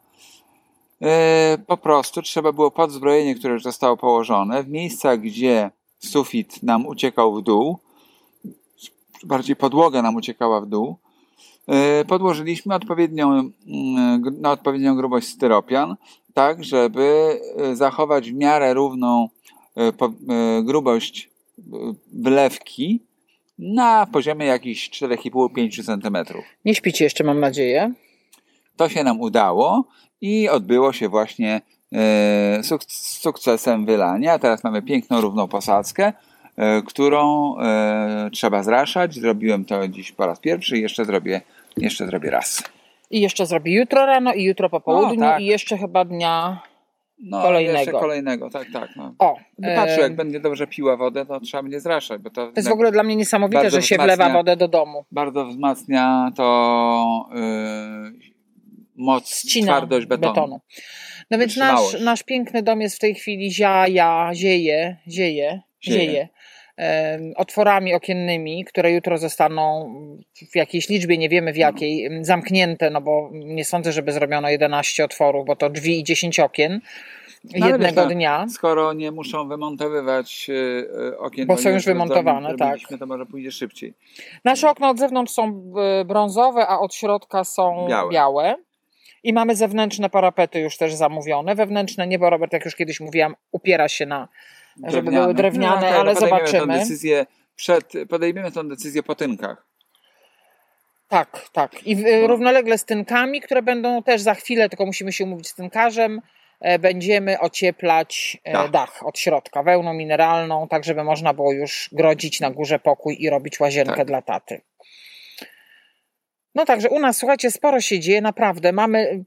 Po prostu trzeba było podzbrojenie, które już zostało położone, w miejscach, gdzie sufit nam uciekał w dół, bardziej podłoga nam uciekała w dół, podłożyliśmy odpowiednią, na odpowiednią grubość styropian, tak żeby zachować w miarę równą grubość wylewki na poziomie jakichś cztery i pół do pięciu centymetrów. Nie śpicie jeszcze, mam nadzieję. To się nam udało i odbyło się właśnie e, suk- z sukcesem wylania. A teraz mamy piękną, równą posadzkę, e, którą e, trzeba zraszać. Zrobiłem to dziś po raz pierwszy i jeszcze zrobię, jeszcze zrobię raz. I jeszcze zrobię jutro rano i jutro po południu no, tak. i jeszcze chyba dnia no, kolejnego. Jeszcze kolejnego, tak, tak. No. O, Wystarczy, e... jak będzie dobrze piła wodę, to trzeba będzie zraszać. Bo to, to jest w ogóle dla mnie niesamowite, że się wzmacnia, wlewa wodę do domu. Bardzo wzmacnia to yy, moc, Ścina twardość betonu. betonu. No więc nasz, nasz piękny dom jest w tej chwili ziaja, zieje, zieje, zieje. zieje. Otworami okiennymi, które jutro zostaną w jakiejś liczbie, nie wiemy w jakiej, zamknięte, no bo nie sądzę, żeby zrobiono jedenaście otworów, bo to drzwi i dziesięć okien no, jednego wiesz, dnia. Skoro nie muszą wymontowywać okien, bo są już wymontowane, tak. To może pójdzie szybciej. Nasze okna od zewnątrz są brązowe, a od środka są białe. białe. I mamy zewnętrzne parapety już też zamówione. Wewnętrzne nie, bo Robert, jak już kiedyś mówiłam, upiera się na żeby drewniane. były drewniane, no, okay, ale zobaczymy. Tę decyzję przed, podejmiemy tę decyzję po tynkach. Tak, tak. I no. równolegle z tynkami, które będą też za chwilę, tylko musimy się umówić z tynkarzem, będziemy ocieplać dach, dach od środka wełną mineralną, tak żeby można było już grodzić na górze pokój i robić łazienkę tak. dla taty. No także u nas, słuchajcie, sporo się dzieje, naprawdę. Mamy...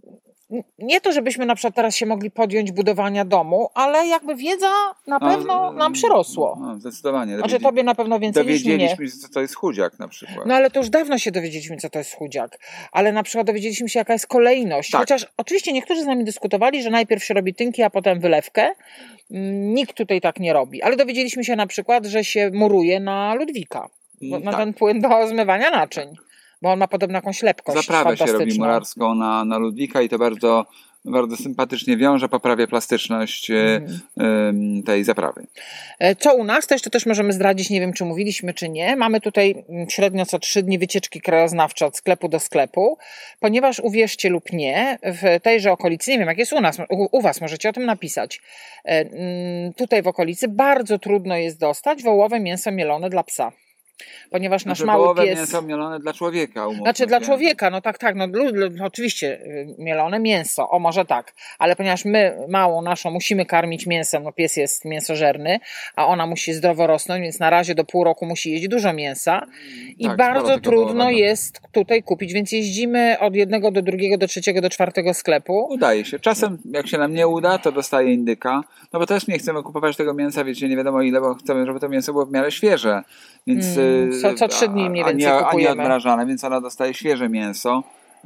Nie to, żebyśmy na przykład teraz się mogli podjąć budowania domu, ale jakby wiedza na pewno no, nam przyrosło. No, zdecydowanie. Znaczy tobie na pewno więcej niż mnie. Dowiedzieliśmy się, co to jest chudziak na przykład. No ale to już dawno się dowiedzieliśmy, co to jest chudziak. Ale na przykład dowiedzieliśmy się, jaka jest kolejność. Tak. Chociaż oczywiście niektórzy z nami dyskutowali, że najpierw się robi tynki, a potem wylewkę. Nikt tutaj tak nie robi. Ale dowiedzieliśmy się na przykład, że się muruje na Ludwika. Na tak. ten płyn do zmywania naczyń. Bo on ma podobno jakąś lepkość Zaprawę się robi murarską na, na Ludwika i to bardzo, bardzo sympatycznie wiąże, poprawia plastyczność mm. y, tej zaprawy. Co u nas? To jeszcze też możemy zdradzić, nie wiem czy mówiliśmy czy nie. Mamy tutaj średnio co trzy dni wycieczki krajoznawcze od sklepu do sklepu, ponieważ uwierzcie lub nie, w tejże okolicy, nie wiem jak jest u nas, u, u was możecie o tym napisać, tutaj w okolicy bardzo trudno jest dostać wołowe mięso mielone dla psa. Ponieważ nasz znaczy, mały pies... mięso mielone dla człowieka. Znaczy dla człowieka, no tak, tak, no, no oczywiście mielone mięso, o może tak, ale ponieważ my małą naszą musimy karmić mięsem, no pies jest mięsożerny, a ona musi zdrowo rosnąć, więc na razie do pół roku musi jeść dużo mięsa i tak, bardzo trudno jest tutaj kupić, więc jeździmy od jednego do drugiego, do trzeciego, do czwartego sklepu. Udaje się. Czasem jak się nam nie uda, to dostaje indyka, no bo też nie chcemy kupować tego mięsa, wiecie, nie wiadomo ile, bo chcemy, żeby to mięso było w miarę świeże, więc... Hmm. Co, co trzy dni mniej więcej a nie, kupujemy. A nie odmrażane, więc ona dostaje świeże mięso. Yy,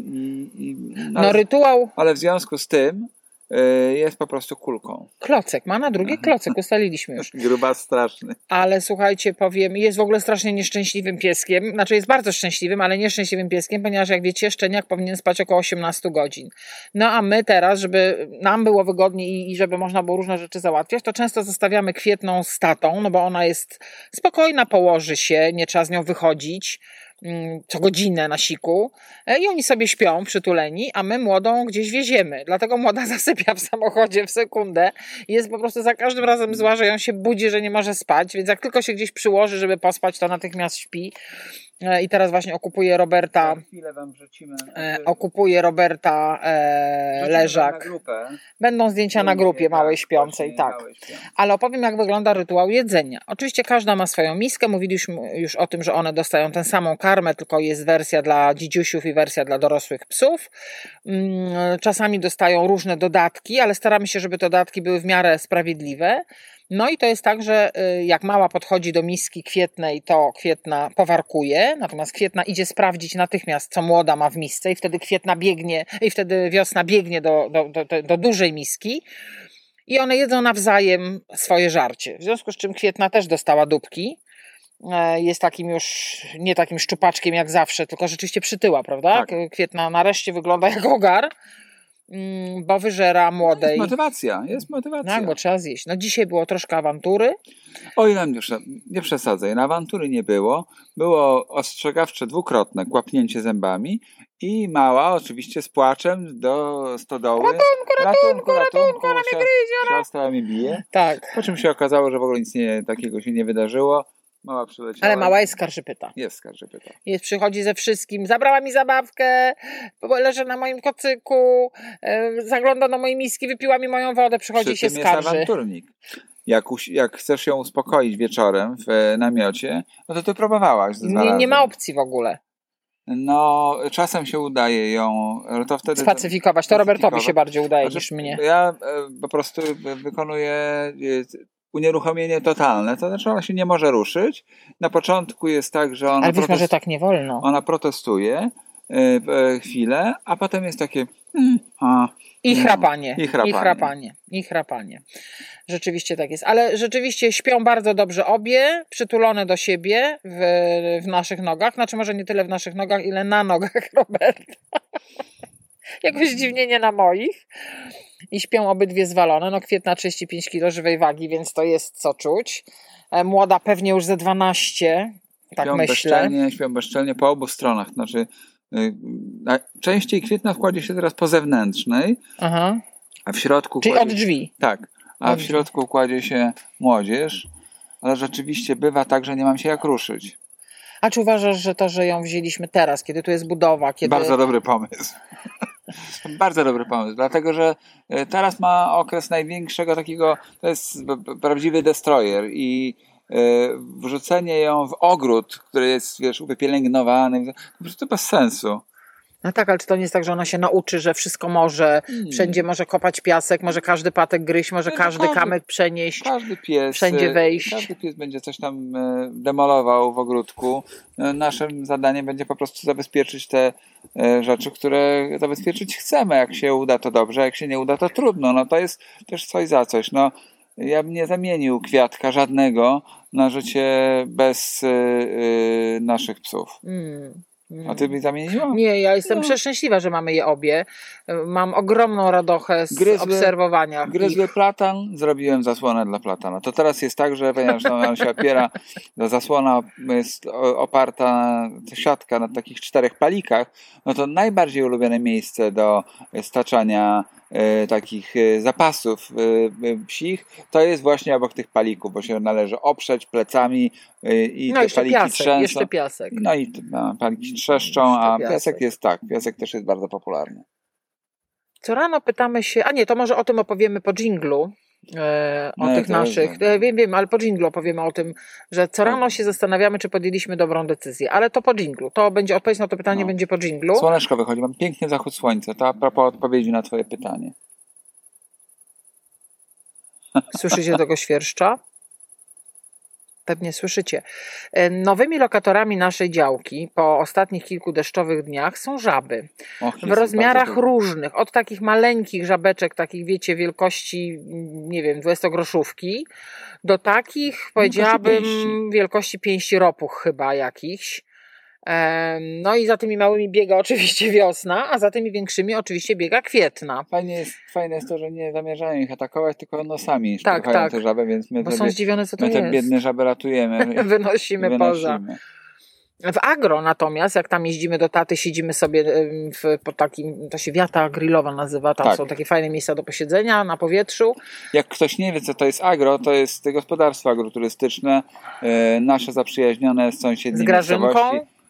i, no ale, rytuał... Ale w związku z tym yy, jest po prostu kulką. Klocek, ma na drugie klocek, ustaliliśmy już. Grubas straszny. Ale słuchajcie, powiem, jest w ogóle strasznie nieszczęśliwym pieskiem. Znaczy jest bardzo szczęśliwym, ale nieszczęśliwym pieskiem, ponieważ jak wiecie, szczeniak powinien spać około osiemnaście godzin. No a my teraz, żeby nam było wygodniej i żeby można było różne rzeczy załatwiać, to często zostawiamy Kwietną z tatą, no bo ona jest spokojna, położy się, nie trzeba z nią wychodzić co godzinę na siku i oni sobie śpią przytuleni, a my młodą gdzieś wieziemy. Dlatego młoda zasypia w samochodzie w sekundę i jest po prostu za każdym razem zła, że ją się budzi, że nie może spać, więc jak tylko się gdzieś przyłoży, żeby pospać, to natychmiast śpi. i teraz właśnie okupuje Roberta. Za chwilę wam wrzucimy. E, okupuje Roberta e, Leżak. Na grupę. Będą zdjęcia na grupie małej śpiącej, tak. Ale opowiem, jak wygląda rytuał jedzenia. Oczywiście każda ma swoją miskę. Mówiliśmy już o tym, że one dostają tę samą karmę, tylko jest wersja dla dzidziusiów i wersja dla dorosłych psów. Czasami dostają różne dodatki, ale staramy się, żeby te dodatki były w miarę sprawiedliwe. No i to jest tak, że jak mała podchodzi do miski kwietnej, to kwietna powarkuje, natomiast kwietna idzie sprawdzić natychmiast, co młoda ma w misce i wtedy kwietna biegnie, i wtedy wiosna biegnie do, do, do, do dużej miski i one jedzą nawzajem swoje żarcie. W związku z czym kwietna też dostała dupki. Jest takim już, nie takim szczupaczkiem jak zawsze, tylko rzeczywiście przytyła, prawda? Tak. Kwietna nareszcie wygląda jak ogar. Bo wyżera młodej. Jest motywacja, jest motywacja. Tak, bo trzeba zjeść. No dzisiaj było troszkę awantury. Oj, no nie, nie przesadzaj, na awantury nie było. Było ostrzegawcze dwukrotne kłapnięcie zębami i mała oczywiście z płaczem do stodoły. Ratunku, ratunku, ratunku, ratunku ona mnie gryzie. Siostra mi bije. Tak. Po czym się okazało, że w ogóle nic nie, takiego się nie wydarzyło. Mała przyleciała. Ale mała jest skarżypyta. Jest skarżypyta. Jest, przychodzi ze wszystkim. Zabrała mi zabawkę, leży na moim kocyku, yy, zagląda do mojej miski, wypiła mi moją wodę, przychodzi i się skarży. Jest awanturnik. Jak, us- jak chcesz ją uspokoić wieczorem w e, namiocie, no to ty próbowałaś. Nie, nie ma opcji w ogóle. No, czasem się udaje ją to wtedy spacyfikować. To Robertowi się bardziej udaje znaczy, niż mnie. Ja e, po prostu wykonuję e, unieruchomienie totalne, to znaczy ona się nie może ruszyć. Na początku jest tak, że ona, ale być może tak nie wolno. Ona protestuje y, chwilę, a potem jest takie mm, a, I chrapanie. I chrapanie. I chrapanie. I chrapanie. Rzeczywiście tak jest. Ale rzeczywiście śpią bardzo dobrze obie, przytulone do siebie w, w naszych nogach. Znaczy może nie tyle w naszych nogach, ile na nogach Roberta. Jakoś dziwnie nie na moich. I śpią obydwie zwalone. No Kwietna trzydzieści pięć kilo żywej wagi, więc to jest co czuć. Młoda pewnie już ze dwanaście, tak śpią myślę. Bezczelnie, śpią bezczelnie po obu stronach. Znaczy yy, częściej Kwietna kładzie się teraz po zewnętrznej, aha. a w środku czyli kładzie, od drzwi. Tak, a od w środku drzwi. Kładzie się młodzież, ale rzeczywiście bywa tak, że nie mam się jak ruszyć. A czy uważasz, że to, że ją wzięliśmy teraz, kiedy tu jest budowa, kiedy... Bardzo dobry pomysł. Bardzo dobry pomysł, dlatego że teraz ma okres największego takiego, to jest prawdziwy destroyer i wrzucenie ją w ogród, który jest, wiesz, wypielęgnowany, po prostu bez sensu. No tak, ale czy to nie jest tak, że ona się nauczy, że wszystko może, hmm. wszędzie może kopać piasek, może każdy patek gryźć, może każdy, każdy kamyk przenieść, każdy pies, wszędzie wejść. Każdy pies będzie coś tam demolował w ogródku. Naszym zadaniem będzie po prostu zabezpieczyć te rzeczy, które zabezpieczyć chcemy. Jak się uda, to dobrze, jak się nie uda, to trudno. No to jest też coś za coś. No, ja bym nie zamienił Kwiatka żadnego na życie bez yy, naszych psów. Hmm. A ty byś zamieniła? Nie, ja jestem no. przeszczęśliwa, że mamy je obie. Mam ogromną radochę z gryzły, obserwowania. Gryzły ich. Platan, zrobiłem zasłonę dla platana. To teraz jest tak, że ponieważ on się opiera, zasłona jest oparta, siatka na takich czterech palikach, no to najbardziej ulubione miejsce do staczania y, takich y, zapasów y, y, psich, to jest właśnie obok tych palików, bo się należy oprzeć plecami y, i no te paliki piasek, trzęsą. Jeszcze piasek. No i no, paliki trzeszczą, a piasek. piasek jest tak, piasek też jest bardzo popularny. Co rano pytamy się, a nie, to może o tym opowiemy po dżinglu, e, o no, tych naszych, e, wiem, wiem, ale po dżinglu opowiemy o tym, że co rano się zastanawiamy, czy podjęliśmy dobrą decyzję, ale to po dżinglu, to będzie, odpowiedź na to pytanie no. będzie po dżinglu. Słoneczko wychodzi, mam piękny zachód słońca, to a propos odpowiedzi na twoje pytanie. Słyszycie tego świerszcza? Pewnie słyszycie. Nowymi lokatorami naszej działki po ostatnich kilku deszczowych dniach są żaby. Och, w rozmiarach różnych. Od takich maleńkich żabeczek, takich wiecie, wielkości, nie wiem, dwudziestogroszówki, do takich, powiedziałabym, pięści. wielkości pięści ropuch chyba jakichś. No i za tymi małymi biega oczywiście wiosna, a za tymi większymi oczywiście biega Kwietna. Fajnie jest, fajne jest to, że nie zamierzają ich atakować, tylko nosami tak, tak. te żaby, więc my Bo te, są zdziwione, co to my te jest. biedne żaby ratujemy. Wynosimy, wynosimy poza. W agro natomiast, jak tam jeździmy do taty, siedzimy sobie w po takim, to się wiata grillowa nazywa, tam tak. są takie fajne miejsca do posiedzenia na powietrzu. Jak ktoś nie wie, co to jest agro, to jest gospodarstwo agroturystyczne, nasze zaprzyjaźnione z sąsiednimi z Grażynką.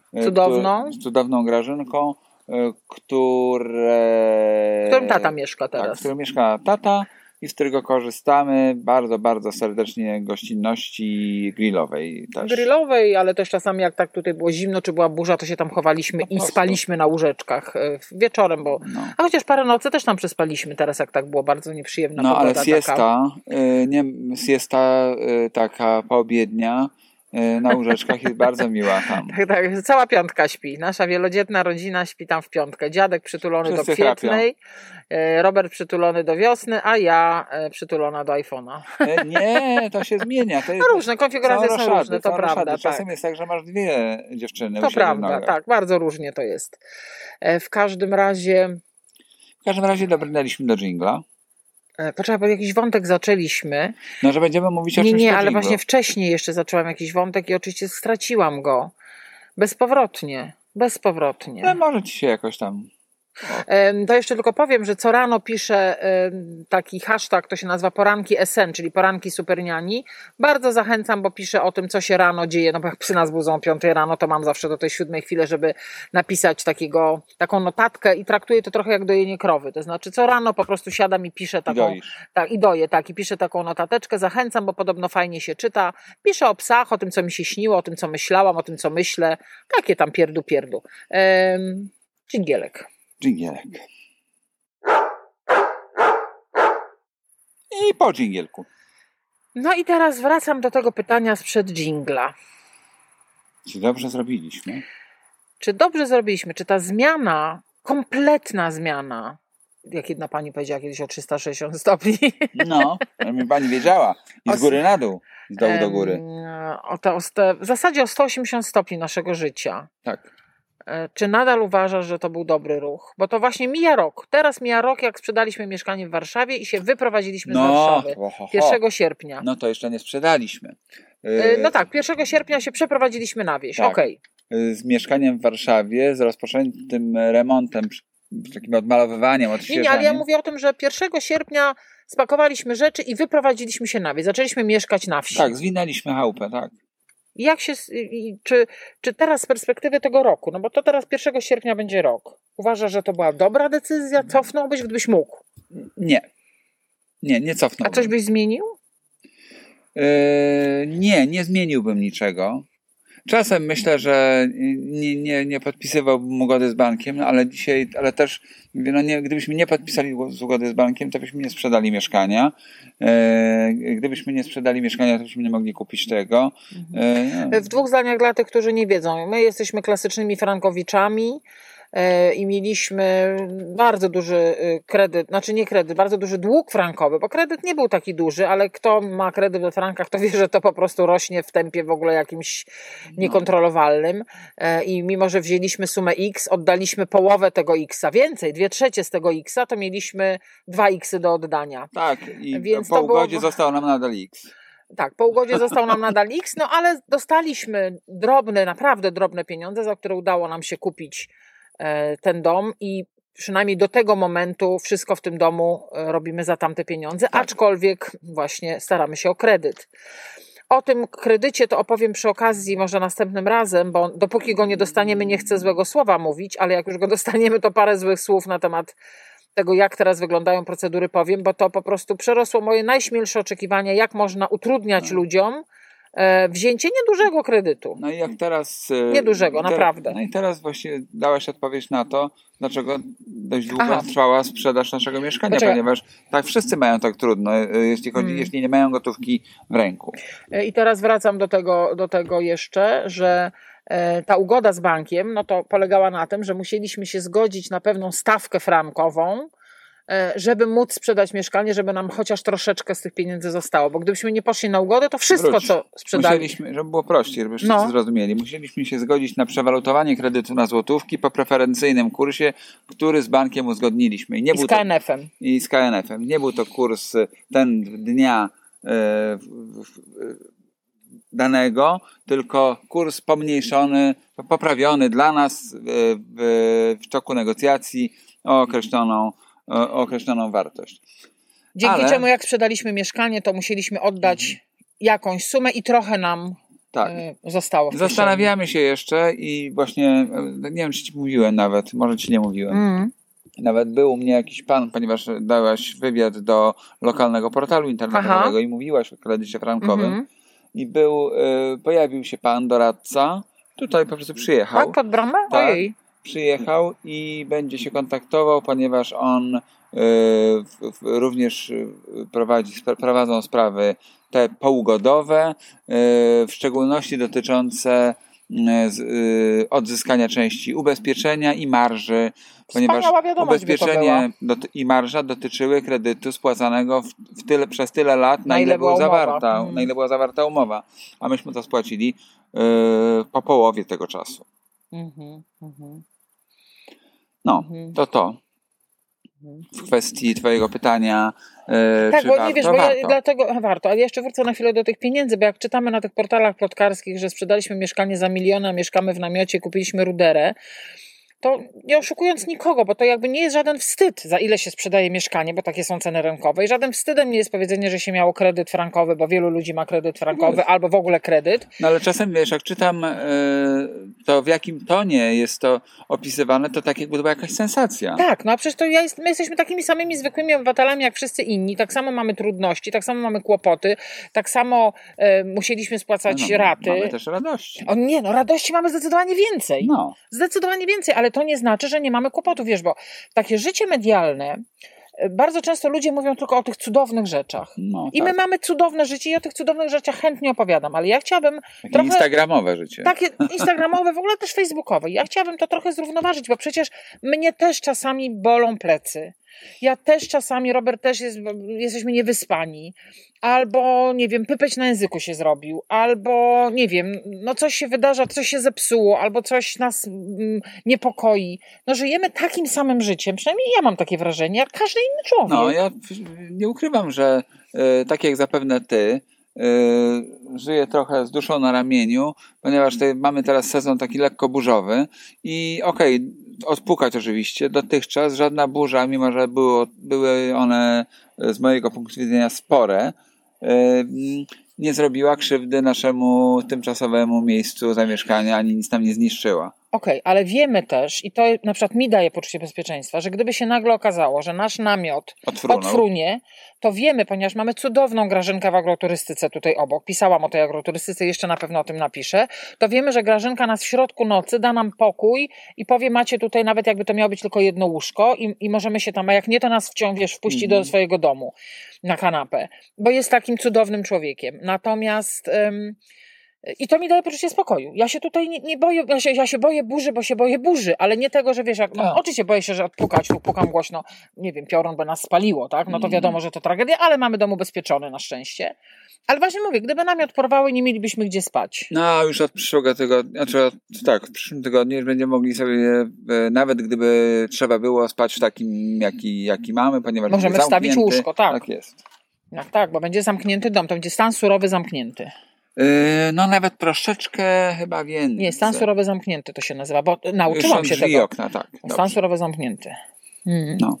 Cudowną. Któ- cudowną Grażynką, które... W którym tata mieszka teraz. Tak, w którym mieszka tata i z którego korzystamy bardzo, bardzo serdecznie gościnności grillowej też. Grillowej, ale też czasami jak tak tutaj było zimno, czy była burza, to się tam chowaliśmy i spaliśmy na łóżeczkach wieczorem, bo no. a chociaż parę nocy też tam przespaliśmy teraz, jak tak było bardzo nieprzyjemna no, pogoda. No ale siesta, taka. Y, nie, siesta y, taka poobiednia na łóżeczkach jest bardzo miła tam. Tak, tak, cała piątka śpi. Nasza wielodzietna rodzina śpi tam w piątkę. Dziadek przytulony Wszyscy do kwietnej, chrapią. Robert przytulony do wiosny, a ja przytulona do iPhone'a. Nie, to się zmienia. To jest, no różne, konfiguracje są roszady, różne, to prawda. Tak. Czasem jest tak, że masz dwie dziewczyny. To prawda, tak, bardzo różnie to jest. W każdym razie... W każdym razie dobrnęliśmy do dżingla. Poczekaj, bo jakiś wątek zaczęliśmy. No, że będziemy mówić o nie, czymś Nie, nie, ale dżinglu. właśnie wcześniej jeszcze zaczęłam jakiś wątek i oczywiście straciłam go. Bezpowrotnie. Bezpowrotnie. No, może ci się jakoś tam... To jeszcze tylko powiem, że co rano piszę taki hashtag, to się nazywa Poranki S N, czyli Poranki Superniani. Bardzo zachęcam, bo piszę o tym, co się rano dzieje, no bo jak psy nas budzą o piątej rano, to mam zawsze do tej siódmej chwili, żeby napisać takiego, taką notatkę i traktuję to trochę jak dojenie krowy. To znaczy co rano po prostu siadam i piszę taką... I tak, i doję, tak, i piszę taką notateczkę. Zachęcam, bo podobno fajnie się czyta. Piszę o psach, o tym, co mi się śniło, o tym, co myślałam, o tym, co myślę. Takie tam pierdu, pierdu. Ehm, dżingielek. Dżingielek. I po dżingielku. No i teraz wracam do tego pytania sprzed dżingla. Czy dobrze zrobiliśmy? Czy dobrze zrobiliśmy? Czy ta zmiana, kompletna zmiana, jak jedna pani powiedziała kiedyś o trzysta sześćdziesiąt stopni. No, mi pani wiedziała. I z góry na dół, z dołu do góry. O te, o te, w zasadzie o sto osiemdziesiąt stopni naszego życia. Tak. Czy nadal uważasz, że to był dobry ruch? Bo to właśnie mija rok. Teraz mija rok, jak sprzedaliśmy mieszkanie w Warszawie i się wyprowadziliśmy no, z Warszawy. Ho, ho. pierwszego sierpnia. No to jeszcze nie sprzedaliśmy. Yy, no tak, pierwszego sierpnia się przeprowadziliśmy na wieś. Tak. Okej. Z mieszkaniem w Warszawie, z rozpoczętym remontem, takim odmalowywaniem, odświeżaniem. Nie, nie, ale ja mówię o tym, że pierwszego sierpnia spakowaliśmy rzeczy i wyprowadziliśmy się na wieś. Zaczęliśmy mieszkać na wsi. Tak, zwinęliśmy chałupę, tak. Jak się, czy, czy teraz z perspektywy tego roku, no bo to teraz pierwszego sierpnia będzie rok, uważasz, że to była dobra decyzja? Cofnąłbyś, gdybyś mógł? Nie. Nie, nie cofnąłbym. A coś byś zmienił? Yy, nie, nie zmieniłbym niczego. Czasem myślę, że nie, nie, nie podpisywałbym ugody z bankiem, ale dzisiaj, ale też no nie, gdybyśmy nie podpisali ugody z bankiem, to byśmy nie sprzedali mieszkania. E, gdybyśmy nie sprzedali mieszkania, to byśmy nie mogli kupić tego. E, no. W dwóch zdaniach dla tych, którzy nie wiedzą. My jesteśmy klasycznymi frankowiczami i mieliśmy bardzo duży kredyt, znaczy nie kredyt, bardzo duży dług frankowy, bo kredyt nie był taki duży, ale kto ma kredyt we frankach, to wie, że to po prostu rośnie w tempie w ogóle jakimś niekontrolowalnym i mimo, że wzięliśmy sumę X, oddaliśmy połowę tego X-a, więcej, dwie trzecie z tego X-a, to mieliśmy dwa X-y do oddania. Tak, i Więc po to ugodzie było... zostało nam nadal X. Tak, po ugodzie został nam nadal X, no ale dostaliśmy drobne, naprawdę drobne pieniądze, za które udało nam się kupić ten dom i przynajmniej do tego momentu wszystko w tym domu robimy za tamte pieniądze, tak. Aczkolwiek właśnie staramy się o kredyt. O tym kredycie to opowiem przy okazji może następnym razem, bo dopóki go nie dostaniemy, nie chcę złego słowa mówić, ale jak już go dostaniemy, to parę złych słów na temat tego, jak teraz wyglądają procedury powiem, bo to po prostu przerosło moje najśmielsze oczekiwania, jak można utrudniać no. ludziom wzięcie niedużego kredytu. No i jak teraz... Niedużego, te, naprawdę. No i teraz właśnie dałaś odpowiedź na to, dlaczego dość długo Aha. trwała sprzedaż naszego mieszkania, Poczekaj. ponieważ tak wszyscy mają tak trudno, jeśli chodzi, hmm. jeśli nie mają gotówki w ręku. I teraz wracam do tego, do tego jeszcze, że ta ugoda z bankiem, no to polegała na tym, że musieliśmy się zgodzić na pewną stawkę frankową, żeby móc sprzedać mieszkanie, żeby nam chociaż troszeczkę z tych pieniędzy zostało, bo gdybyśmy nie poszli na ugodę, to wszystko, Wróć. co sprzedaliśmy... Musieliśmy, żeby było prościej, żeby wszyscy no. zrozumieli, musieliśmy się zgodzić na przewalutowanie kredytu na złotówki po preferencyjnym kursie, który z bankiem uzgodniliśmy. I, nie I był z K N F-em. To, I z K N F-em. Nie był to kurs ten dnia e, w, w, danego, tylko kurs pomniejszony, poprawiony dla nas w, w toku negocjacji o określoną o określoną wartość. Dzięki Ale... czemu jak sprzedaliśmy mieszkanie, to musieliśmy oddać mhm. jakąś sumę i trochę nam tak. zostało w kieszeni. Zastanawiamy się jeszcze i właśnie, nie wiem, czy ci mówiłem nawet, może ci nie mówiłem. Mm. Nawet był u mnie jakiś pan, ponieważ dałaś wywiad do lokalnego portalu internetowego Aha. i mówiłaś o kredycie frankowym. Mm-hmm. I był, y, pojawił się pan doradca, tutaj po prostu przyjechał. Tak, pod bramę? Tak, Ojej. Przyjechał i będzie się kontaktował, ponieważ on y, w, w, również prowadzi, prowadzą sprawy te pougodowe, y, w szczególności dotyczące y, odzyskania części ubezpieczenia i marży, ponieważ ubezpieczenie doty- i marża dotyczyły kredytu spłacanego w, w tyle, przez tyle lat, na, na ile, ile była zawarta, hmm. na ile była zawarta umowa, a myśmy to spłacili y, po połowie tego czasu. Mm-hmm, mm-hmm. No, mm-hmm. to to. W kwestii twojego pytania, yy, tak, czy bo warto? nie wiesz, bo warto. ja dlatego warto, ale jeszcze wrócę na chwilę do tych pieniędzy, bo jak czytamy na tych portalach plotkarskich, że sprzedaliśmy mieszkanie za miliona, a mieszkamy w namiocie, kupiliśmy ruderę, to nie oszukując nikogo, bo to jakby nie jest żaden wstyd, za ile się sprzedaje mieszkanie, bo takie są ceny rynkowe i żaden wstydem nie jest powiedzenie, że się miało kredyt frankowy, bo wielu ludzi ma kredyt frankowy albo w ogóle kredyt. No ale czasem, wiesz, jak czytam yy, to w jakim tonie jest to opisywane, to tak jakby to była jakaś sensacja. Tak, no a przecież to ja jest, my jesteśmy takimi samymi zwykłymi obywatelami jak wszyscy inni, tak samo mamy trudności, tak samo mamy kłopoty, tak samo yy, musieliśmy spłacać no, no, raty. Mamy też radości. O nie, no radości mamy zdecydowanie więcej. No. Zdecydowanie więcej, ale to nie znaczy, że nie mamy kłopotów, wiesz, bo takie życie medialne, bardzo często ludzie mówią tylko o tych cudownych rzeczach. No, I tak. my mamy cudowne życie i o tych cudownych rzeczach chętnie opowiadam, ale ja chciałabym takie trochę... instagramowe życie. Takie instagramowe, w ogóle też facebookowe. Ja chciałabym to trochę zrównoważyć, bo przecież mnie też czasami bolą plecy. Ja też czasami, Robert też jest, jesteśmy niewyspani. Albo, nie wiem, pypeć na języku się zrobił. Albo, nie wiem, no coś się wydarza, coś się zepsuło, albo coś nas mm, niepokoi. No żyjemy takim samym życiem, przynajmniej ja mam takie wrażenie, jak każdy inny człowiek. No, ja nie ukrywam, że y, tak jak zapewne ty, y, żyję trochę z duszą na ramieniu, ponieważ te, mamy teraz sezon taki lekko burzowy i okej, okay, odpukać oczywiście, dotychczas żadna burza, mimo że było, były one z mojego punktu widzenia spore, nie zrobiła krzywdy naszemu tymczasowemu miejscu zamieszkania, ani nic nam nie zniszczyła. Okej, okay, ale wiemy też, i to na przykład mi daje poczucie bezpieczeństwa, że gdyby się nagle okazało, że nasz namiot Odfrunął. odfrunie, to wiemy, ponieważ mamy cudowną Grażynkę w agroturystyce tutaj obok, pisałam o tej agroturystyce, jeszcze na pewno o tym napiszę, to wiemy, że Grażynka nas w środku nocy da nam pokój i powie, macie tutaj nawet jakby to miało być tylko jedno łóżko i, i możemy się tam, a jak nie, to nas wciąż, wiesz, wpuści mm. do swojego domu na kanapę, bo jest takim cudownym człowiekiem. Natomiast... Ym, I to mi daje poczucie spokoju. Ja się tutaj nie, nie boję, ja się, ja się boję burzy, bo się boję burzy, ale nie tego, że wiesz, jak, no, oczywiście boję się, że odpukać, tu pukam głośno, nie wiem, piorun by nas spaliło, tak? No to wiadomo, że to tragedia, ale mamy dom ubezpieczony na szczęście. Ale właśnie mówię, gdyby namiot porwały, nie mielibyśmy gdzie spać. No, już od przyszłego tygodnia, znaczy tak, w przyszłym tygodniu już będziemy mogli sobie, nawet gdyby trzeba było spać w takim, jaki, jaki mamy, ponieważ możemy wstawić łóżko, tak. Tak jest. Tak, tak, bo będzie zamknięty dom, to będzie stan surowy zamknięty. No nawet troszeczkę chyba więcej. Nie, stan surowy zamknięty to się nazywa, bo nauczyłam się tego. I okna, tak. Stan dobrze. Surowy zamknięty. Hmm. No.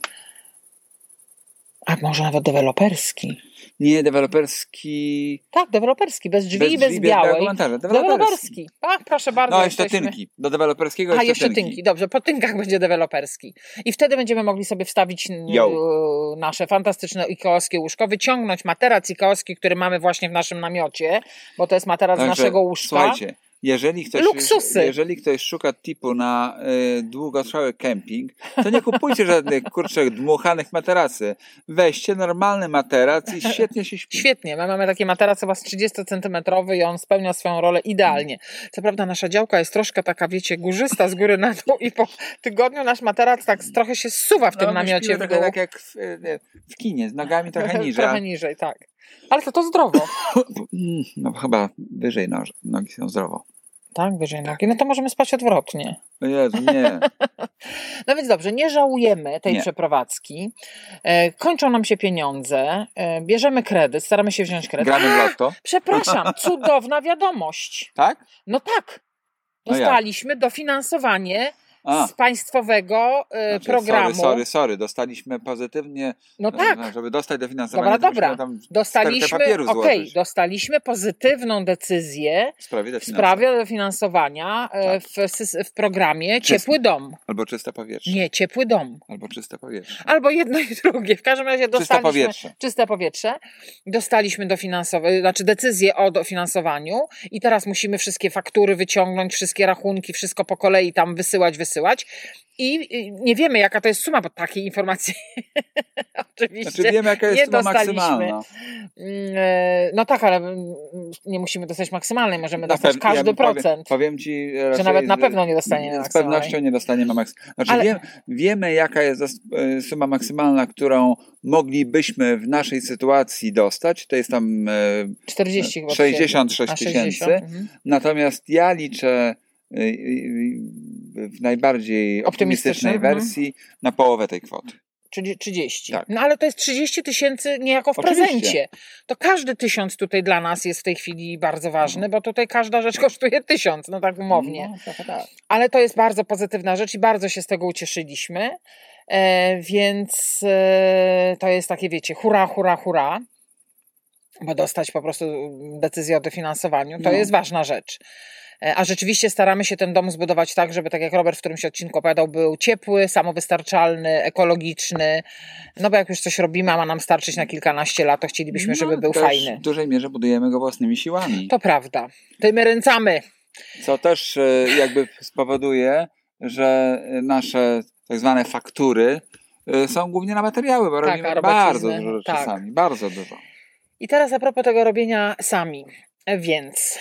A może nawet deweloperski? Nie, deweloperski... Tak, deweloperski, bez drzwi bez i bez, bez białej. Deweloperski. deweloperski. Ach, proszę bardzo. No, jeszcze jesteśmy... tynki. Do deweloperskiego jeszcze, A, jeszcze tynki. tynki. Dobrze, po tynkach będzie deweloperski. I wtedy będziemy mogli sobie wstawić Yo. nasze fantastyczne ikeowskie łóżko, wyciągnąć materac ikeowski, który mamy właśnie w naszym namiocie, bo to jest materac z naszego łóżka. Słuchajcie, jeżeli ktoś, Luksusy. jeżeli ktoś szuka tipu na y, długotrwały kemping, to nie kupujcie żadnych, kurczę, dmuchanych materacy. Weźcie normalny materac i świetnie się śpi. Świetnie. My mamy taki materac chyba z trzydziestocentymetrowy i on spełnia swoją rolę idealnie. Co prawda nasza działka jest troszkę taka, wiecie, górzysta z góry na dół i po tygodniu nasz materac tak trochę się zsuwa w tym no, namiocie w dół. Tak jak w, w kinie, z nogami trochę niżej. Trochę niżej, tak. Ale to to zdrowo. No chyba wyżej nogi, nogi są zdrowo. Tak, wyżej nogi. No to możemy spać odwrotnie. No Jezu, nie. No więc dobrze, nie żałujemy tej nie. przeprowadzki. E, kończą nam się pieniądze. E, bierzemy kredyt, staramy się wziąć kredyt. Gramy w lotto. Przepraszam, cudowna wiadomość. Tak? No tak. Dostaliśmy no dofinansowanie A. z państwowego y, Znaczy, programu. Sorry, sorry, sorry. Dostaliśmy pozytywnie, No tak. e, żeby dostać dofinansowanie. Dobra, to dobra. musimy tam Dostaliśmy, papieru okej, złożyć dostaliśmy pozytywną decyzję w sprawie w dofinansowania. sprawie dofinansowania e, Tak. w, sys- w programie Czyste. Ciepły Dom. Albo czyste powietrze. Nie, Ciepły Dom. Albo czyste powietrze. Albo jedno i drugie. W każdym razie dostaliśmy powietrze. czyste powietrze. Dostaliśmy dofinansowanie, znaczy decyzję o dofinansowaniu i teraz musimy wszystkie faktury wyciągnąć, wszystkie rachunki, wszystko po kolei tam wysyłać, wysyłać. I i nie wiemy, jaka to jest suma, bo takiej informacji oczywiście Znaczy wiemy, jaka jest nie suma dostaliśmy. maksymalna. Mm, e, No tak, ale mm, nie musimy dostać maksymalnej, możemy Na dostać pew- każdy ja powiem, procent. Powiem ci Że raczej, nawet na że pewno nie dostaniemy Z maksymalnej. pewnością nie dostaniemy maksymalnej. Znaczy Ale- wiemy, wiemy, jaka jest zas- e, suma maksymalna, którą moglibyśmy w naszej sytuacji dostać. To jest tam e, czterdzieści chyba. sześćdziesiąt A, sześć sześćdziesiąt, tysięcy. mhm. Natomiast ja liczę e, e, w najbardziej optymistycznej Optymistycznym, wersji na połowę tej kwoty. Czyli trzydzieści. Tak. No ale to jest trzydzieści tysięcy niejako w Oczywiście. prezencie. To każdy tysiąc tutaj dla nas jest w tej chwili bardzo ważny, bo tutaj każda rzecz kosztuje tysiąc, no tak umownie. No, trochę tak. Ale to jest bardzo pozytywna rzecz i bardzo się z tego ucieszyliśmy. E, więc e, to jest takie, wiecie, hura, hura, hura. Bo dostać po prostu decyzję o dofinansowaniu, to No. jest ważna rzecz. E, A rzeczywiście staramy się ten dom zbudować tak, żeby, tak jak Robert w którymś odcinku opowiadał, był ciepły, samowystarczalny, ekologiczny. No bo jak już coś robimy, a ma nam starczyć na kilkanaście lat, to chcielibyśmy, żeby No, był też fajny. W dużej mierze budujemy go własnymi siłami. To prawda. To my ręcamy. Co też e, jakby spowoduje, że nasze tak zwane faktury e, są głównie na materiały, bo Tak, robimy a bardzo robocizny, dużo rzeczy tak. sami. Bardzo dużo. I teraz a propos tego robienia sami. E, Więc...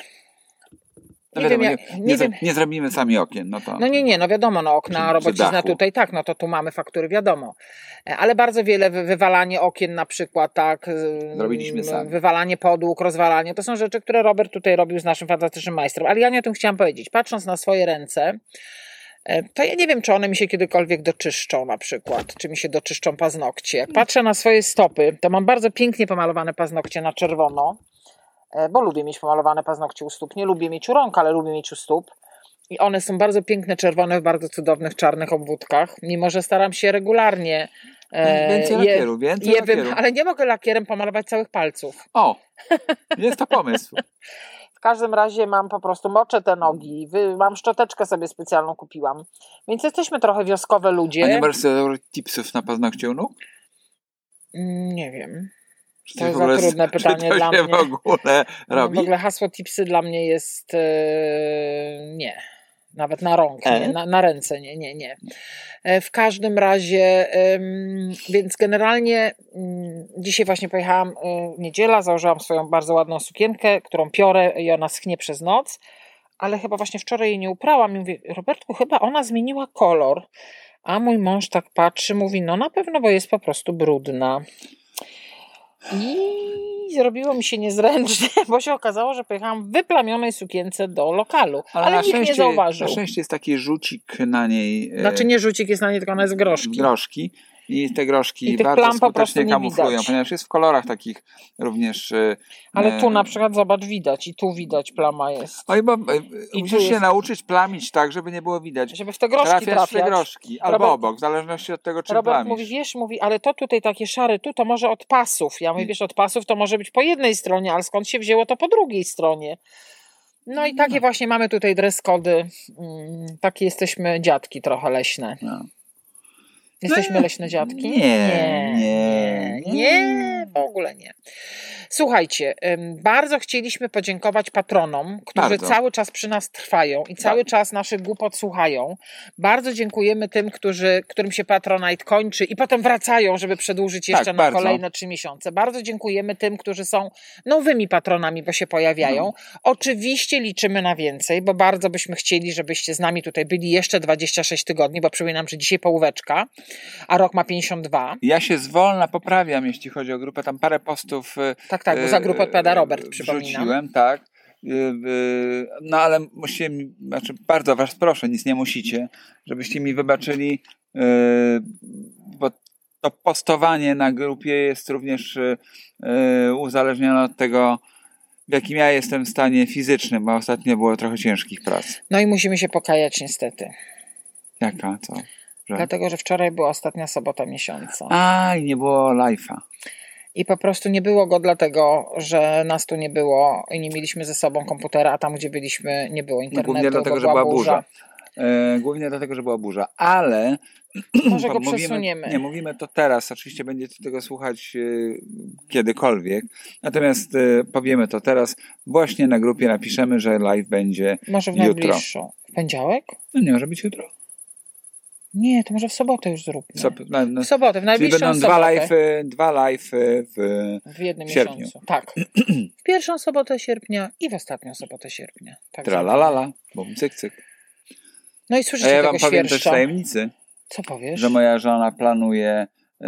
No Nie wiadomo, wiem, nie, jak, nie, nie zro- wiem. nie zrobimy sami okien. No to No nie, nie, no wiadomo, no okna, Przy- przy robocizna dachu. tutaj, tak, no to tu mamy faktury, wiadomo. E, Ale bardzo wiele, wy- wywalanie okien na przykład, tak, y, Zrobiliśmy sami. wywalanie podłóg, rozwalanie, to są rzeczy, które Robert tutaj robił z naszym fantastycznym majstrem. Ale ja nie o tym chciałam powiedzieć. Patrząc na swoje ręce, e, to ja nie wiem, czy one mi się kiedykolwiek doczyszczą na przykład, czy mi się doczyszczą paznokcie. Jak patrzę na swoje stopy, to mam bardzo pięknie pomalowane paznokcie na czerwono, e, bo lubię mieć pomalowane paznokcie u stóp. Nie lubię mieć u rąk, ale lubię mieć u stóp. I one są bardzo piękne, czerwone, w bardzo cudownych, czarnych obwódkach, mimo że staram się regularnie e, Więcej je, lakieru, więcej je lakieru. wym- ale nie mogę lakierem pomalować całych palców. O, jest to pomysł. W każdym razie mam po prostu, moczę te nogi, wy, mam szczoteczkę sobie specjalną kupiłam. Więc jesteśmy trochę wioskowe ludzie. A nie możesz sobie zabrać tipsów na paznokcie u nóg? Mm, Nie wiem. Czy To w jest ogóle- za trudne czy pytanie to dla się mnie. w ogóle robi? W ogóle hasło tipsy dla mnie jest e, nie. Nawet na rąk, E? nie, na, na ręce, nie, nie, nie. E, W każdym razie, em, więc generalnie mm, dzisiaj właśnie pojechałam e, w niedziela, założyłam swoją bardzo ładną sukienkę, którą piorę i ona schnie przez noc, ale chyba właśnie wczoraj jej nie uprałam i mówię, Robertku, chyba ona zmieniła kolor. A mój mąż tak patrzy, mówi, no na pewno, bo jest po prostu brudna. I zrobiło mi się niezręcznie, bo się okazało, że pojechałam w wyplamionej sukience do lokalu, ale, na nikt nie szczęście, zauważył. Na szczęście jest taki rzucik na niej. e, Znaczy nie rzucik jest na nie, tylko ona jest groszki. groszki i te groszki I tych bardzo plam po prostu skutecznie nie kamuflują, widać. ponieważ jest w kolorach takich również. e, Ale tu e, na przykład, zobacz, widać i tu widać, plama jest. Oj, bo e, I musisz tu się jest- nauczyć plamić tak, żeby nie było widać. Żeby w te groszki Trafiasz trafiać. w te groszki, albo Robert- obok, w zależności od tego, czy Robert plamisz. mówi, wiesz, mówi, ale to tutaj takie szare tu, to może od pasów. Ja mówię, wiesz, od pasów to może być po jednej stronie, ale skąd się wzięło to po drugiej stronie. No i takie właśnie mamy tutaj dress cody. Mm, takie jesteśmy dziadki trochę leśne. No. Jesteśmy No, leśne dziadki? nie, nie, nie, nie, w ogóle nie. Słuchajcie, ym, bardzo chcieliśmy podziękować patronom, którzy Bardzo. cały czas przy nas trwają i cały czas naszych głupot słuchają. Bardzo dziękujemy tym, którzy, którym się Patronite kończy i potem wracają, żeby przedłużyć jeszcze Tak, na bardzo. kolejne trzy miesiące. Bardzo dziękujemy tym, którzy są nowymi patronami, bo się pojawiają. No. Oczywiście liczymy na więcej, bo bardzo byśmy chcieli, żebyście z nami tutaj byli jeszcze dwadzieścia sześć tygodni, bo przypominam, że dzisiaj połóweczka, a rok ma pięćdziesiąt dwa. Ja się zwolna poprawiam, jeśli chodzi o grupę. Tam parę postów. e, Tak, tak, bo za grupę odpowiada Robert, e, przypominam. Wrzuciłem, tak. E, e, No ale musicie, mi- znaczy bardzo was proszę, nic nie musicie, żebyście mi wybaczyli, e, bo to postowanie na grupie jest również e, e, uzależnione od tego, w jakim ja jestem w stanie fizycznym, bo ostatnio było trochę ciężkich prac. No i musimy się pokajać niestety. Jaka? Co? Że... Dlatego, że wczoraj była ostatnia sobota miesiąca. A, i nie było live'a. I po prostu nie było go dlatego, że nas tu nie było i nie mieliśmy ze sobą komputera, a tam, gdzie byliśmy, nie było internetu, Głównie dlatego, bo że była była burza. burza. E, głównie dlatego, że była burza, ale... Może go mówimy, przesuniemy. Nie, mówimy to teraz. Oczywiście będziecie tego słuchać e, kiedykolwiek. Natomiast e, powiemy to teraz. Właśnie na grupie napiszemy, że live będzie Może w jutro. najbliższą. W poniedziałek? No nie może być jutro. Nie, to może w sobotę już zróbmy. So, no, no, W sobotę, w czyli najbliższą będą sobotę. dwa live'y, dwa live'y w, w jednym w sierpniu. miesiącu. Tak. W pierwszą sobotę sierpnia i w ostatnią sobotę sierpnia. Tak. Tralalala, bum, cyk, cyk. No i A słyszycie ja tego wam powiem też świerszcza. tajemnicy, Co powiesz? że moja żona planuje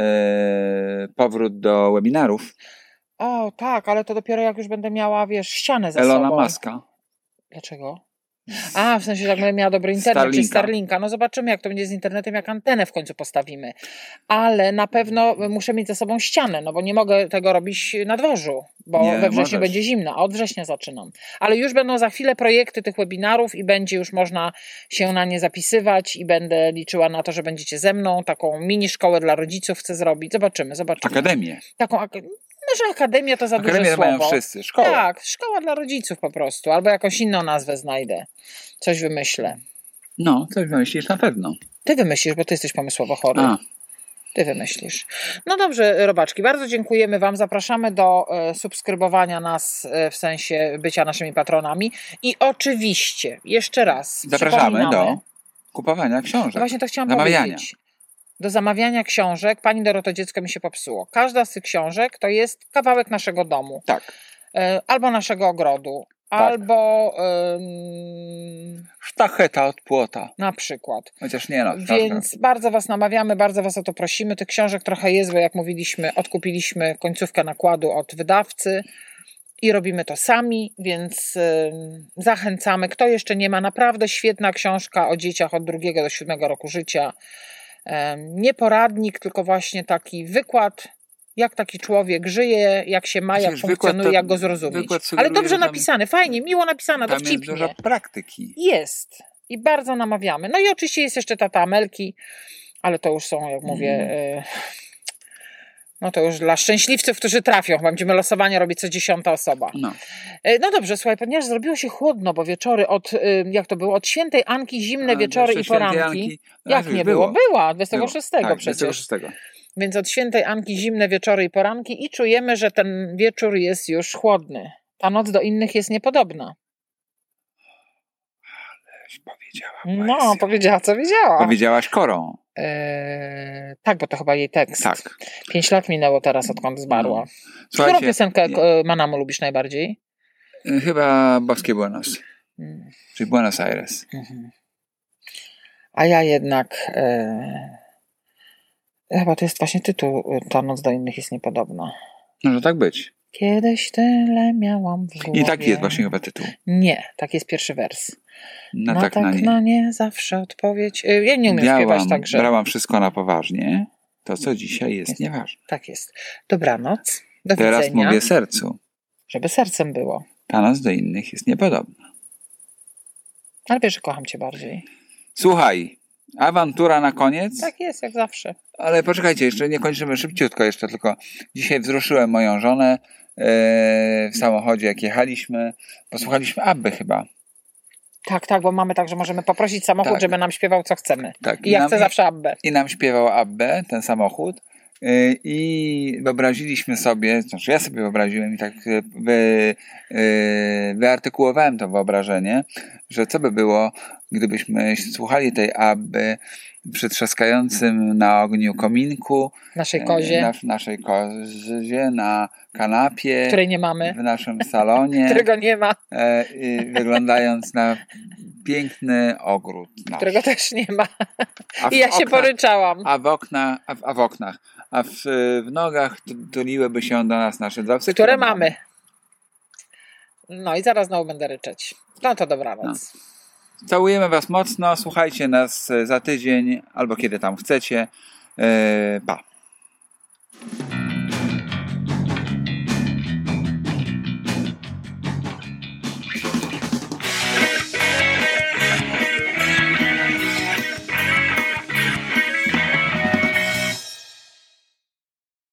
e, powrót do webinarów O, tak, ale to dopiero jak już będę miała, wiesz, ścianę za Elona sobą. Muska. Dlaczego? A, w sensie, że jak będę miała dobry internet, Starlinka. czy Starlinka. No zobaczymy, jak to będzie z internetem, jak antenę w końcu postawimy. Ale na pewno muszę mieć za sobą ścianę, no bo nie mogę tego robić na dworzu, bo Nie, we wrześniu możesz. będzie zimno, a od września zaczynam. Ale już będą za chwilę projekty tych webinarów i będzie już można się na nie zapisywać i będę liczyła na to, że będziecie ze mną. Taką mini szkołę dla rodziców chcę zrobić. Zobaczymy, zobaczymy. Akademię. Taką ak- Może akademia to za duże Akademię słowo. mają wszyscy. Szkoła. Tak, szkoła dla rodziców po prostu. Albo jakąś inną nazwę znajdę. Coś wymyślę. No, coś myślisz na pewno. Ty wymyślisz, bo ty jesteś pomysłowo chory. A. Ty wymyślisz. No dobrze, robaczki, bardzo dziękujemy wam. Zapraszamy do e, subskrybowania nas e, w sensie bycia naszymi patronami. I oczywiście, jeszcze raz Zapraszamy przypominamy- do kupowania książek. No właśnie to chciałam Zamawiania. powiedzieć. Do zamawiania książek. Pani Doroto, dziecko mi się popsuło. Każda z tych książek to jest kawałek naszego domu. Tak. E, albo naszego ogrodu. Tak. Albo ym, Sztacheta od płota. na przykład. Chociaż nie no. Więc bardzo was namawiamy, bardzo was o to prosimy. Tych książek trochę jest, bo jak mówiliśmy, odkupiliśmy końcówkę nakładu od wydawcy i robimy to sami, więc ym, zachęcamy. Kto jeszcze nie ma, naprawdę świetna książka o dzieciach od drugiego do siódmego roku życia. Ym, nie poradnik, tylko właśnie taki wykład, jak taki człowiek żyje, jak się ma, jak Przecież wykład funkcjonuje, to- jak go zrozumieć. wykład Ale sugeruje, dobrze że tam- napisane, fajnie, miło napisane, Tam jest dowcipnie. dużo praktyki. Jest. I bardzo namawiamy. No i oczywiście jest jeszcze tata Amelki, ale to już są, jak mówię, Mm. y, no to już dla szczęśliwców, którzy trafią. Chyba będziemy losowania robić co dziesiąta osoba. No. Y, no dobrze, słuchaj, ponieważ zrobiło się chłodno, bo wieczory od, y, jak to było, od świętej Anki zimne A, wieczory i jeszcze świętej poranki. Anki- no, Jak już nie było? Była, dwudziestego szóstego Tak, przecież. dwudziestego szóstego. Więc od świętej Anki zimne wieczory i poranki i czujemy, że ten wieczór jest już chłodny. Ta noc do innych jest niepodobna. Powiedziała. No, poezja. powiedziała, co wiedziała. Powiedziałaś korą. Eee, tak, bo to chyba jej tekst. Tak. Pięć lat minęło teraz, odkąd zmarła. No. Którą Słuchajcie, piosenkę nie- e, Manamu lubisz najbardziej? Chyba Boskie Buenos, Mm, czyli Buenos Aires. mhm. A ja jednak... E, chyba to jest właśnie tytuł. e, Ta noc do innych jest niepodobna. Może tak być. Kiedyś tyle miałam w głowie. I tak jest właśnie chyba tytuł. Nie, tak jest pierwszy wers. Na Na tak, tak, na nie. na nie zawsze odpowiedź. E, Ja nie umiem śpiewać, Miałam, także brałam wszystko na poważnie. To, co dzisiaj jest nieważne. tak jest. Dobranoc. Do Teraz widzenia. mówię sercu. Żeby sercem było. Ta noc do innych jest niepodobna. Ale wiesz, że kocham cię bardziej. Słuchaj, awantura na koniec. Tak jest, jak zawsze. Ale poczekajcie, jeszcze nie kończymy szybciutko jeszcze, tylko dzisiaj wzruszyłem moją żonę e, w samochodzie, jak jechaliśmy. Posłuchaliśmy Abby chyba. Tak, tak, bo mamy tak, że możemy poprosić samochód, Tak. żeby nam śpiewał, co chcemy. Tak, I ja nam- chcę zawsze Abbę. I nam śpiewał Abbę, ten samochód. Yy, I wyobraziliśmy sobie, znaczy ja sobie wyobraziłem i tak yy, wy, yy, wyartykułowałem to wyobrażenie, że co by było, gdybyśmy słuchali tej Abby przy trzaskającym na ogniu kominku, Naszej kozie, yy, na, w naszej kozie, na kanapie, której nie mamy, w naszym salonie, którego nie ma, yy, yy, wyglądając na piękny ogród nasz. którego też nie ma. A w I ja się oknach- poryczałam. A w, okna, a w, a w oknach, a w, w nogach tu- tuliłyby się do nas nasze dwa psy, Które mamy. No i zaraz znowu będę ryczeć. No to dobranoc. Całujemy was mocno, słuchajcie nas za tydzień albo kiedy tam chcecie. Yy, pa.